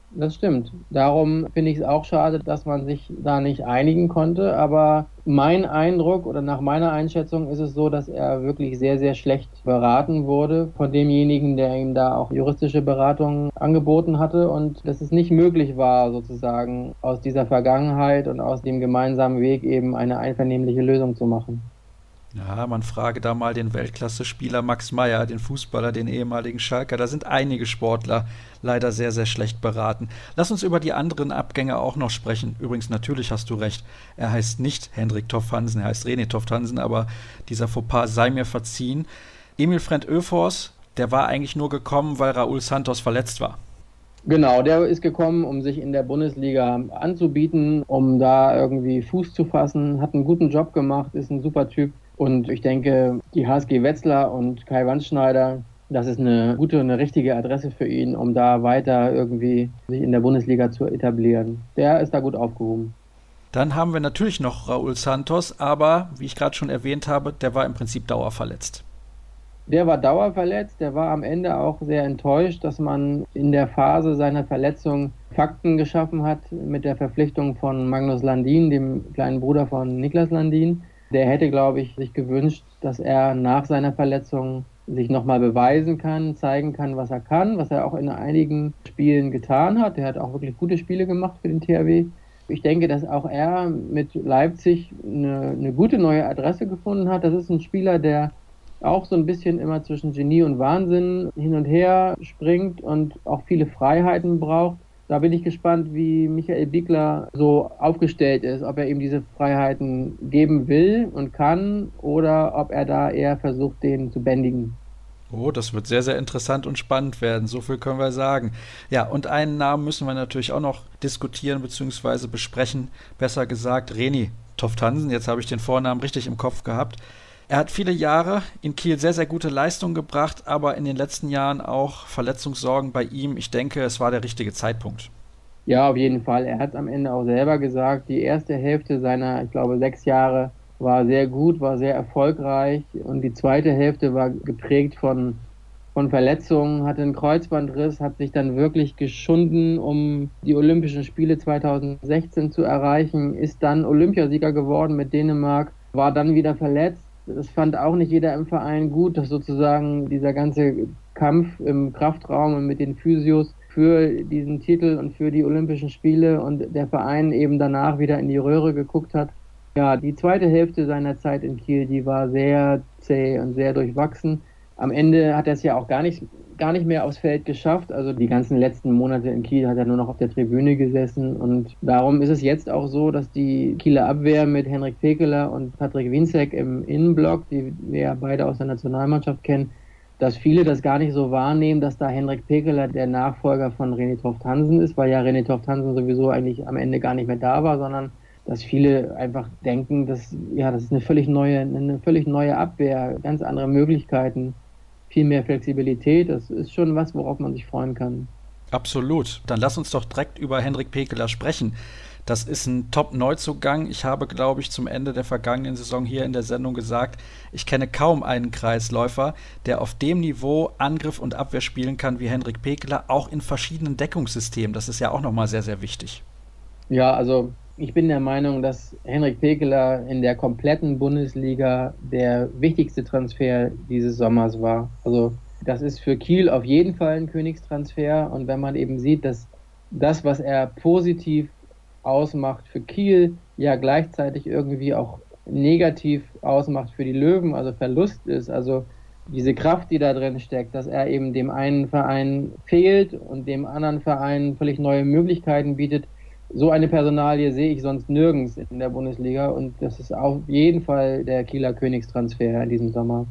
Das stimmt. Darum finde ich es auch schade, dass man sich da nicht einigen konnte. Aber mein Eindruck oder nach meiner Einschätzung ist es so, dass er wirklich sehr, sehr schlecht beraten wurde von demjenigen, der ihm da auch juristische Beratung angeboten hatte und dass es nicht möglich war, sozusagen aus dieser Vergangenheit und aus dem gemeinsamen Weg eben eine einvernehmliche Lösung zu machen. Ja, man frage da mal den Weltklasse-Spieler Max Meyer, den Fußballer, den ehemaligen Schalker. Da sind einige Sportler leider sehr, sehr schlecht beraten. Lass uns über die anderen Abgänge auch noch sprechen. Übrigens, natürlich hast du recht. Er heißt nicht Hendrik Toft Hansen, er heißt René Toft Hansen, aber dieser Fauxpas sei mir verziehen. Emil French Öfors, der war eigentlich nur gekommen, weil Raúl Santos verletzt war. Genau, der ist gekommen, um sich in der Bundesliga anzubieten, um da irgendwie Fuß zu fassen, hat einen guten Job gemacht, ist ein super Typ. Und ich denke, die H S G Wetzlar und Kai Wandschneider, das ist eine gute, eine richtige Adresse für ihn, um da weiter irgendwie sich in der Bundesliga zu etablieren. Der ist da gut aufgehoben. Dann haben wir natürlich noch Raúl Santos, aber wie ich gerade schon erwähnt habe, der war im Prinzip dauerverletzt. Der war dauerverletzt, der war am Ende auch sehr enttäuscht, dass man in der Phase seiner Verletzung Fakten geschaffen hat mit der Verpflichtung von Magnus Landin, dem kleinen Bruder von Niklas Landin. Der hätte, glaube ich, sich gewünscht, dass er nach seiner Verletzung sich nochmal beweisen kann, zeigen kann, was er kann, was er auch in einigen Spielen getan hat. Er hat auch wirklich gute Spiele gemacht für den T H W. Ich denke, dass auch er mit Leipzig eine, eine gute neue Adresse gefunden hat. Das ist ein Spieler, der auch so ein bisschen immer zwischen Genie und Wahnsinn hin und her springt und auch viele Freiheiten braucht. Da bin ich gespannt, wie Michael Biegler so aufgestellt ist, ob er ihm diese Freiheiten geben will und kann oder ob er da eher versucht, den zu bändigen. Oh, das wird sehr, sehr interessant und spannend werden, so viel können wir sagen. Ja, und einen Namen müssen wir natürlich auch noch diskutieren bzw. besprechen, besser gesagt René Toft Hansen, jetzt habe ich den Vornamen richtig im Kopf gehabt. Er hat viele Jahre in Kiel sehr, sehr gute Leistungen gebracht, aber in den letzten Jahren auch Verletzungssorgen bei ihm. Ich denke, es war der richtige Zeitpunkt. Ja, auf jeden Fall. Er hat am Ende auch selber gesagt, die erste Hälfte seiner, ich glaube, sechs Jahre war sehr gut, war sehr erfolgreich und die zweite Hälfte war geprägt von, von Verletzungen, hatte einen Kreuzbandriss, hat sich dann wirklich geschunden, um die Olympischen Spiele zweitausendsechzehn zu erreichen, ist dann Olympiasieger geworden mit Dänemark, war dann wieder verletzt. Das fand auch nicht jeder im Verein gut, dass sozusagen dieser ganze Kampf im Kraftraum und mit den Physios für diesen Titel und für die Olympischen Spiele und der Verein eben danach wieder in die Röhre geguckt hat. Ja, die zweite Hälfte seiner Zeit in Kiel, die war sehr zäh und sehr durchwachsen. Am Ende hat er es ja auch gar nicht, gar nicht mehr aufs Feld geschafft. Also die ganzen letzten Monate in Kiel hat er nur noch auf der Tribüne gesessen. Und darum ist es jetzt auch so, dass die Kieler Abwehr mit Henrik Pekeler und Patrick Winczek im Innenblock, die wir ja beide aus der Nationalmannschaft kennen, dass viele das gar nicht so wahrnehmen, dass da Henrik Pekeler der Nachfolger von René Toft Hansen ist, weil ja René Toft Hansen sowieso eigentlich am Ende gar nicht mehr da war, sondern dass viele einfach denken, dass ja, das ist eine völlig neue, eine völlig neue Abwehr, ganz andere Möglichkeiten, viel mehr Flexibilität. Das ist schon was, worauf man sich freuen kann. Absolut. Dann lass uns doch direkt über Henrik Pekeler sprechen. Das ist ein Top-Neuzugang. Ich habe, glaube ich, zum Ende der vergangenen Saison hier in der Sendung gesagt, ich kenne kaum einen Kreisläufer, der auf dem Niveau Angriff und Abwehr spielen kann wie Henrik Pekeler, auch in verschiedenen Deckungssystemen. Das ist ja auch nochmal sehr, sehr wichtig. Ja, also ich bin der Meinung, dass Henrik Pekeler in der kompletten Bundesliga der wichtigste Transfer dieses Sommers war. Also das ist für Kiel auf jeden Fall ein Königstransfer. Und wenn man eben sieht, dass das, was er positiv ausmacht für Kiel, ja gleichzeitig irgendwie auch negativ ausmacht für die Löwen, also Verlust ist, also diese Kraft, die da drin steckt, dass er eben dem einen Verein fehlt und dem anderen Verein völlig neue Möglichkeiten bietet. So eine Personalie sehe ich sonst nirgends in der Bundesliga und das ist auf jeden Fall der Kieler Königstransfer in diesem Sommer.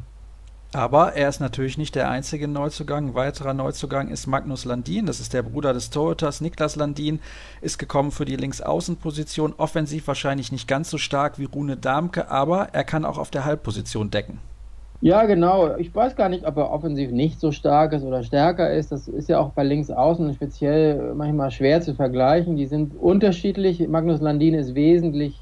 Aber er ist natürlich nicht der einzige Neuzugang. Ein weiterer Neuzugang ist Magnus Landin. Das ist der Bruder des Torhüters. Niklas Landin ist gekommen für die Linksaußenposition. Offensiv wahrscheinlich nicht ganz so stark wie Rune Damke, aber er kann auch auf der Halbposition decken. Ja, genau. Ich weiß gar nicht, ob er offensiv nicht so stark ist oder stärker ist. Das ist ja auch bei Linksaußen speziell manchmal schwer zu vergleichen. Die sind unterschiedlich. Magnus Landin ist wesentlich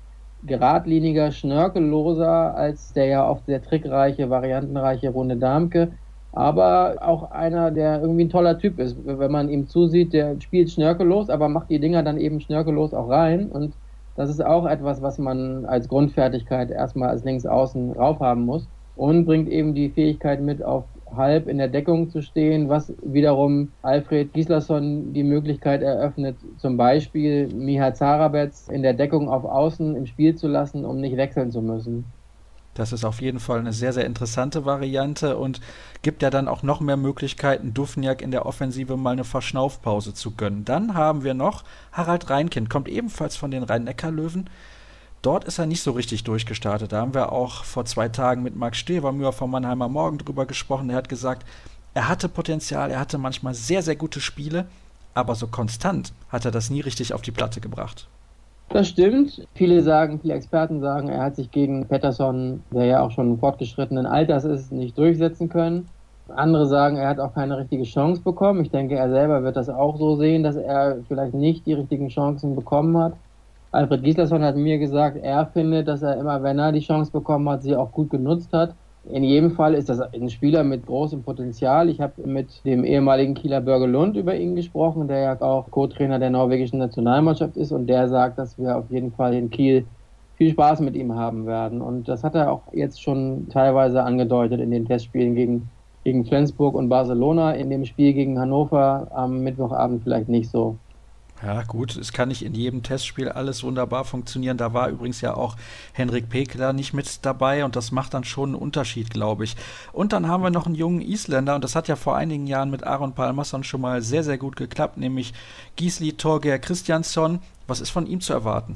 geradliniger, schnörkelloser als der ja oft sehr trickreiche, variantenreiche Rune Damke. aber auch einer, der irgendwie ein toller Typ ist. Wenn man ihm zusieht, der spielt schnörkellos, aber macht die Dinger dann eben schnörkellos auch rein. Und das ist auch etwas, was man als Grundfertigkeit erstmal als Linksaußen drauf haben muss. Und bringt eben die Fähigkeit mit, auf halb in der Deckung zu stehen, was wiederum Alfred Gislason die Möglichkeit eröffnet, zum Beispiel Miha Zarabetz in der Deckung auf Außen im Spiel zu lassen, um nicht wechseln zu müssen. Das ist auf jeden Fall eine sehr, sehr interessante Variante und gibt ja dann auch noch mehr Möglichkeiten, Dufniak in der Offensive mal eine Verschnaufpause zu gönnen. Dann haben wir noch Harald Reinkind, kommt ebenfalls von den Rhein-Neckar-Löwen. Dort ist er nicht so richtig durchgestartet. Da haben wir auch vor zwei Tagen mit Marc Stevermüher vom Mannheimer Morgen drüber gesprochen. Er hat gesagt, er hatte Potenzial, er hatte manchmal sehr, sehr gute Spiele, aber so konstant hat er das nie richtig auf die Platte gebracht. Das stimmt. Viele sagen, viele Experten sagen, er hat sich gegen Pettersson, der ja auch schon fortgeschrittenen Alters ist, nicht durchsetzen können. Andere sagen, er hat auch keine richtige Chance bekommen. Ich denke, er selber wird das auch so sehen, dass er vielleicht nicht die richtigen Chancen bekommen hat. Alfred Gislason hat mir gesagt, er findet, dass er immer, wenn er die Chance bekommen hat, sie auch gut genutzt hat. In jedem Fall ist das ein Spieler mit großem Potenzial. Ich habe mit dem ehemaligen Kieler Börge Lund über ihn gesprochen, der ja auch Co-Trainer der norwegischen Nationalmannschaft ist, und der sagt, dass wir auf jeden Fall in Kiel viel Spaß mit ihm haben werden. Und das hat er auch jetzt schon teilweise angedeutet in den Testspielen gegen, gegen Flensburg und Barcelona. In dem Spiel gegen Hannover am Mittwochabend vielleicht nicht so. Ja gut, es kann nicht in jedem Testspiel alles wunderbar funktionieren. Da war übrigens ja auch Henrik Pekeler nicht mit dabei und das macht dann schon einen Unterschied, glaube ich. Und dann haben wir noch einen jungen Isländer und das hat ja vor einigen Jahren mit Aron Pálmarsson schon mal sehr, sehr gut geklappt, nämlich Gisli Torgeir Kristjánsson. Was ist von ihm zu erwarten?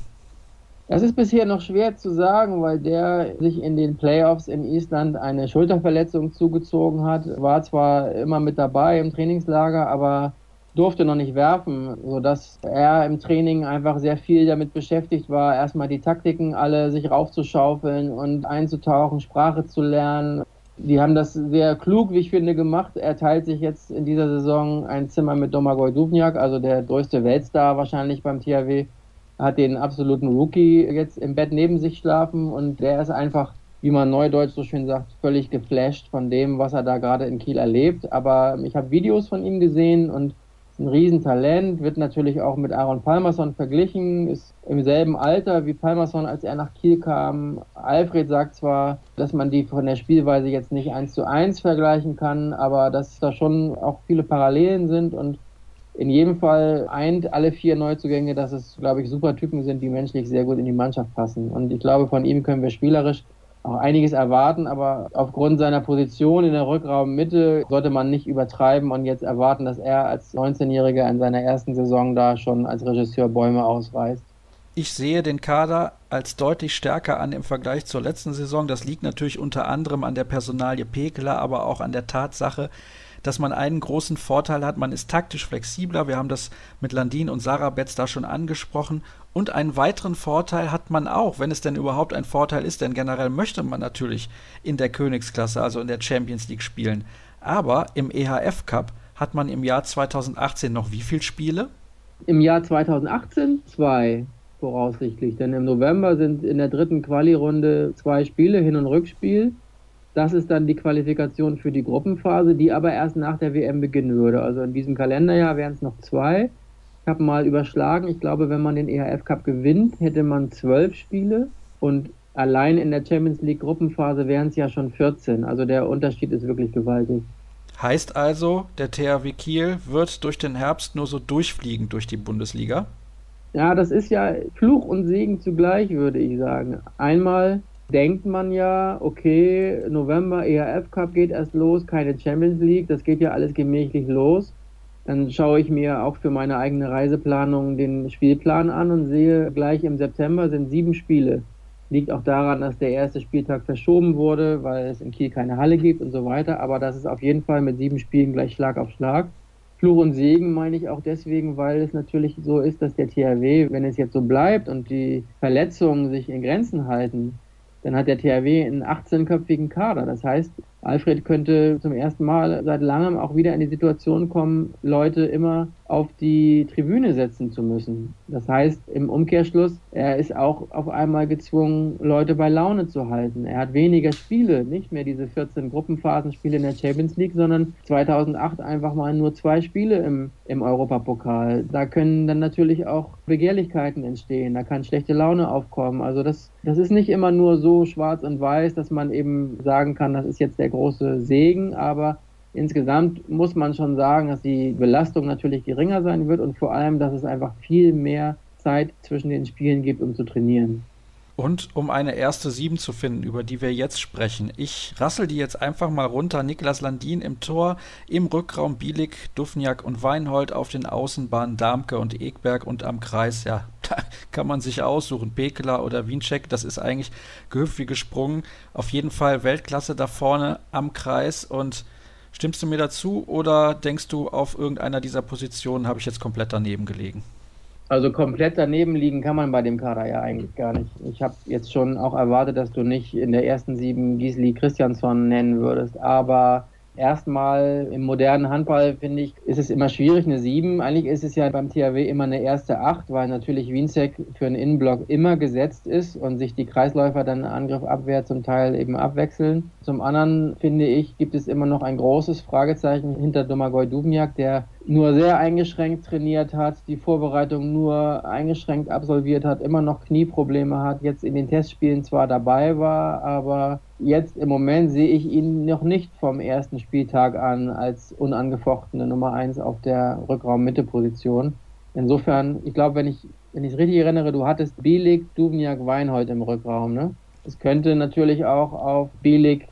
Das ist bisher noch schwer zu sagen, weil der sich in den Playoffs in Island eine Schulterverletzung zugezogen hat. War zwar immer mit dabei im Trainingslager, aber durfte noch nicht werfen, sodass er im Training einfach sehr viel damit beschäftigt war, erstmal die Taktiken alle sich raufzuschaufeln und einzutauchen, Sprache zu lernen. Die haben das sehr klug, wie ich finde, gemacht. Er teilt sich jetzt in dieser Saison ein Zimmer mit Domagoj Duvnjak, also der größte Weltstar wahrscheinlich beim T H W, hat den absoluten Rookie jetzt im Bett neben sich schlafen und der ist einfach, wie man neudeutsch so schön sagt, völlig geflasht von dem, was er da gerade in Kiel erlebt. Aber ich habe Videos von ihm gesehen und ein Riesentalent, wird natürlich auch mit Aron Pálmarsson verglichen, ist im selben Alter wie Pálmarsson, als er nach Kiel kam. Alfred sagt zwar, dass man die von der Spielweise jetzt nicht eins zu eins vergleichen kann, aber dass da schon auch viele Parallelen sind und in jedem Fall eint alle vier Neuzugänge, dass es, glaube ich, super Typen sind, die menschlich sehr gut in die Mannschaft passen. Und ich glaube, von ihm können wir spielerisch auch einiges erwarten, aber aufgrund seiner Position in der Rückraummitte sollte man nicht übertreiben und jetzt erwarten, dass er als neunzehnjähriger in seiner ersten Saison da schon als Regisseur Bäume ausreißt. Ich sehe den Kader als deutlich stärker an im Vergleich zur letzten Saison. Das liegt natürlich unter anderem an der Personalie Pekeler, aber auch an der Tatsache, dass man einen großen Vorteil hat. Man ist taktisch flexibler. Wir haben das mit Landin und Sarabetz da schon angesprochen. Und einen weiteren Vorteil hat man auch, wenn es denn überhaupt ein Vorteil ist, denn generell möchte man natürlich in der Königsklasse, also in der Champions League spielen. Aber im E H F Cup hat man im Jahr zweitausendachtzehn noch wie viele Spiele? Im Jahr zweitausendachtzehn zwei voraussichtlich, denn im November sind in der dritten Quali-Runde zwei Spiele, Hin- und Rückspiel. Das ist dann die Qualifikation für die Gruppenphase, die aber erst nach der W M beginnen würde. Also in diesem Kalenderjahr wären es noch zwei. Ich habe mal überschlagen, ich glaube, wenn man den E H F Cup gewinnt, hätte man zwölf Spiele und allein in der Champions League Gruppenphase wären es ja schon vierzehn. Also der Unterschied ist wirklich gewaltig. Heißt also, der T H W Kiel wird durch den Herbst nur so durchfliegen durch die Bundesliga? Ja, das ist ja Fluch und Segen zugleich, würde ich sagen. Einmal denkt man ja, okay, November, E H F Cup geht erst los, keine Champions League, das geht ja alles gemächlich los. Dann schaue ich mir auch für meine eigene Reiseplanung den Spielplan an und sehe, gleich im September sind sieben Spiele. Liegt auch daran, dass der erste Spieltag verschoben wurde, weil es in Kiel keine Halle gibt und so weiter. Aber das ist auf jeden Fall mit sieben Spielen gleich Schlag auf Schlag. Fluch und Segen meine ich auch deswegen, weil es natürlich so ist, dass der T H W, wenn es jetzt so bleibt und die Verletzungen sich in Grenzen halten, dann hat der T H W einen achtzehnköpfigen Kader. Das heißt, Alfred könnte zum ersten Mal seit langem auch wieder in die Situation kommen, Leute immer auf die Tribüne setzen zu müssen. Das heißt, im Umkehrschluss, er ist auch auf einmal gezwungen, Leute bei Laune zu halten. Er hat weniger Spiele, nicht mehr diese vierzehn Gruppenphasenspiele in der Champions League, sondern zweitausendacht einfach mal nur zwei Spiele im, im Europapokal. Da können dann natürlich auch Begehrlichkeiten entstehen, da kann schlechte Laune aufkommen. Also das, das ist nicht immer nur so schwarz und weiß, dass man eben sagen kann, das ist jetzt der große Segen, aber insgesamt muss man schon sagen, dass die Belastung natürlich geringer sein wird und vor allem, dass es einfach viel mehr Zeit zwischen den Spielen gibt, um zu trainieren. Und um eine erste Sieben zu finden, über die wir jetzt sprechen. Ich rassel die jetzt einfach mal runter. Niklas Landin im Tor, im Rückraum Bielik, Duvnjak und Weinhold, auf den Außenbahnen Darmke und Ekberg und am Kreis, ja, da kann man sich aussuchen, Pekeler oder Wiencheck, das ist eigentlich gehüpft wie gesprungen. Auf jeden Fall Weltklasse da vorne am Kreis. Und stimmst du mir dazu oder denkst du, auf irgendeiner dieser Positionen habe ich jetzt komplett daneben gelegen? Also komplett daneben liegen kann man bei dem Kader ja eigentlich gar nicht. Ich habe jetzt schon auch erwartet, dass du nicht in der ersten Sieben Gisli Kristjansson nennen würdest, aber erstmal im modernen Handball, finde ich, ist es immer schwierig, eine Sieben. Eigentlich ist es ja beim T H W immer eine erste Acht, weil natürlich Wiencheck für einen Innenblock immer gesetzt ist und sich die Kreisläufer dann Angriff, Abwehr zum Teil eben abwechseln. Zum anderen, finde ich, gibt es immer noch ein großes Fragezeichen hinter Domagoj Duvnjak, der nur sehr eingeschränkt trainiert hat, die Vorbereitung nur eingeschränkt absolviert hat, immer noch Knieprobleme hat, jetzt in den Testspielen zwar dabei war, aber jetzt im Moment sehe ich ihn noch nicht vom ersten Spieltag an als unangefochtene Nummer eins auf der Rückraum-Mitte-Position. Insofern, ich glaube, wenn ich wenn ich es richtig erinnere, du hattest Bielik, Duvnjak, Weinhold im Rückraum, ne? Es könnte natürlich auch auf Bielik,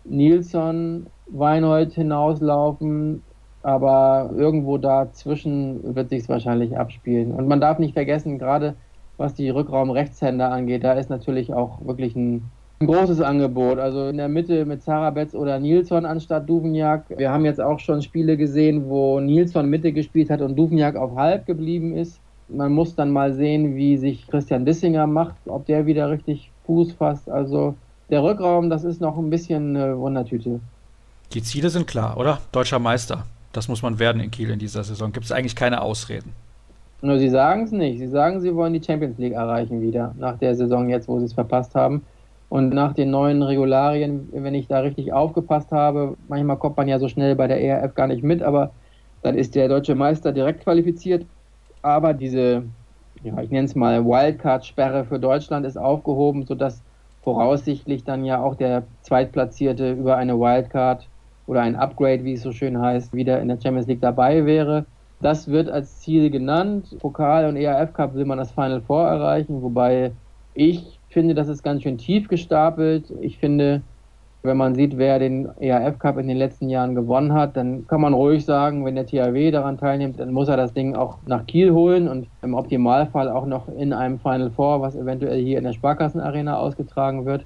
Nilsson, Weinhold hinauslaufen, aber irgendwo dazwischen wird sich es wahrscheinlich abspielen. Und man darf nicht vergessen, gerade was die Rückraum-Rechtshänder angeht, da ist natürlich auch wirklich ein, ein großes Angebot. Also in der Mitte mit Sarabetz oder Nilsson anstatt Duvnjak. Wir haben jetzt auch schon Spiele gesehen, wo Nilsson Mitte gespielt hat und Duvnjak auf halb geblieben ist. Man muss dann mal sehen, wie sich Christian Dissinger macht, ob der wieder richtig Fuß fasst. Also der Rückraum, das ist noch ein bisschen eine Wundertüte. Die Ziele sind klar, oder? Deutscher Meister. Das muss man werden in Kiel in dieser Saison. Gibt es eigentlich keine Ausreden? Nur sie sagen es nicht. Sie sagen, sie wollen die Champions League erreichen wieder, nach der Saison jetzt, wo sie es verpasst haben. Und nach den neuen Regularien, wenn ich da richtig aufgepasst habe, manchmal kommt man ja so schnell bei der E R F gar nicht mit, aber dann ist der deutsche Meister direkt qualifiziert. Aber diese, ja, ich nenne es mal Wildcard-Sperre für Deutschland ist aufgehoben, sodass voraussichtlich dann ja auch der Zweitplatzierte über eine Wildcard oder ein Upgrade, wie es so schön heißt, wieder in der Champions League dabei wäre. Das wird als Ziel genannt. Pokal und E R F Cup will man das Final Four erreichen, wobei ich finde, das ist ganz schön tief gestapelt. Ich finde, wenn man sieht, wer den E R F Cup in den letzten Jahren gewonnen hat, dann kann man ruhig sagen, wenn der T H W daran teilnimmt, dann muss er das Ding auch nach Kiel holen und im Optimalfall auch noch in einem Final Four, was eventuell hier in der Sparkassenarena ausgetragen wird.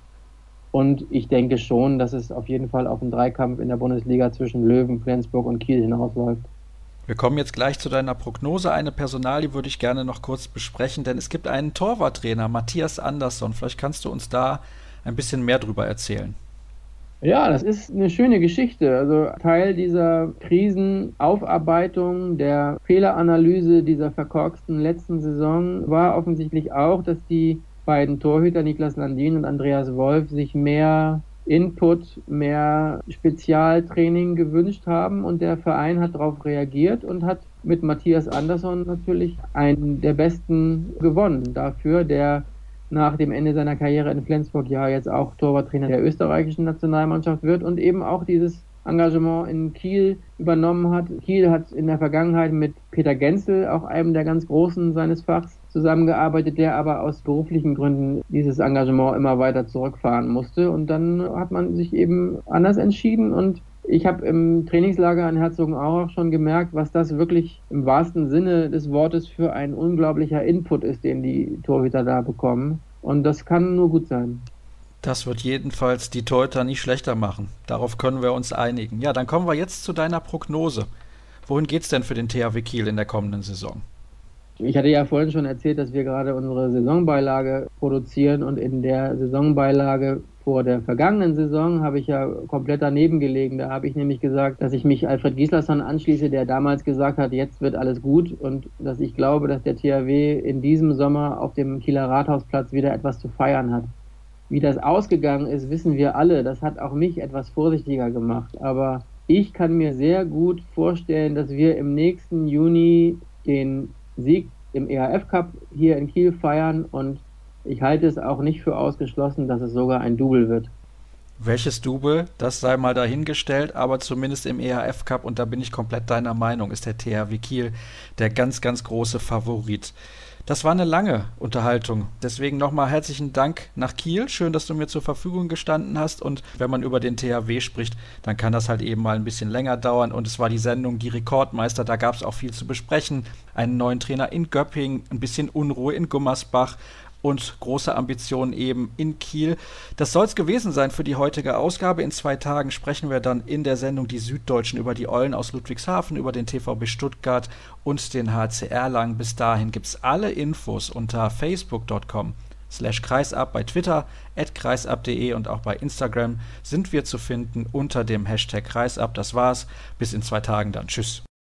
Und ich denke schon, dass es auf jeden Fall auf einen Dreikampf in der Bundesliga zwischen Löwen, Flensburg und Kiel hinausläuft. Wir kommen jetzt gleich zu deiner Prognose. Eine Personalie würde ich gerne noch kurz besprechen, denn es gibt einen Torwarttrainer, Matthias Andersson. Vielleicht kannst du uns da ein bisschen mehr drüber erzählen. Ja, das ist eine schöne Geschichte. Also Teil dieser Krisenaufarbeitung, der Fehleranalyse dieser verkorksten letzten Saison war offensichtlich auch, dass die beiden Torhüter, Niklas Landin und Andreas Wolf, sich mehr Input, mehr Spezialtraining gewünscht haben und der Verein hat darauf reagiert und hat mit Matthias Andersson natürlich einen der Besten gewonnen dafür, der nach dem Ende seiner Karriere in Flensburg ja jetzt auch Torwarttrainer der österreichischen Nationalmannschaft wird und eben auch dieses Engagement in Kiel übernommen hat. Kiel hat in der Vergangenheit mit Peter Genzel, auch einem der ganz Großen seines Fachs, zusammengearbeitet, der aber aus beruflichen Gründen dieses Engagement immer weiter zurückfahren musste. Und dann hat man sich eben anders entschieden und ich habe im Trainingslager in Herzogenaurach schon gemerkt, was das wirklich im wahrsten Sinne des Wortes für ein unglaublicher Input ist, den die Torhüter da bekommen. Und das kann nur gut sein. Das wird jedenfalls die Torhüter nicht schlechter machen. Darauf können wir uns einigen. Ja, dann kommen wir jetzt zu deiner Prognose. Wohin geht's denn für den T H W Kiel in der kommenden Saison? Ich hatte ja vorhin schon erzählt, dass wir gerade unsere Saisonbeilage produzieren und in der Saisonbeilage vor der vergangenen Saison habe ich ja komplett daneben gelegen. Da habe ich nämlich gesagt, dass ich mich Alfred Gislason anschließe, der damals gesagt hat, jetzt wird alles gut und dass ich glaube, dass der T H W in diesem Sommer auf dem Kieler Rathausplatz wieder etwas zu feiern hat. Wie das ausgegangen ist, wissen wir alle. Das hat auch mich etwas vorsichtiger gemacht. Aber ich kann mir sehr gut vorstellen, dass wir im nächsten Juni den Sieg im E H F Cup hier in Kiel feiern und ich halte es auch nicht für ausgeschlossen, dass es sogar ein Double wird. Welches Double, das sei mal dahingestellt, aber zumindest im E H F Cup, und da bin ich komplett deiner Meinung, ist der T H W Kiel der ganz, ganz große Favorit. Das war eine lange Unterhaltung. Deswegen nochmal herzlichen Dank nach Kiel. Schön, dass du mir zur Verfügung gestanden hast. Und wenn man über den T H W spricht, dann kann das halt eben mal ein bisschen länger dauern. Und es war die Sendung Die Rekordmeister. Da gab es auch viel zu besprechen. Einen neuen Trainer in Göppingen, ein bisschen Unruhe in Gummersbach und große Ambitionen eben in Kiel. Das soll es gewesen sein für die heutige Ausgabe. In zwei Tagen sprechen wir dann in der Sendung Die Süddeutschen über die Eulen aus Ludwigshafen, über den T V B Stuttgart und den H C Erlangen. Bis dahin gibt es alle Infos unter facebook punkt com slash kreisab, bei Twitter at kreisab punkt de und auch bei Instagram sind wir zu finden unter dem Hashtag kreisab. Das war's. Bis in zwei Tagen dann. Tschüss.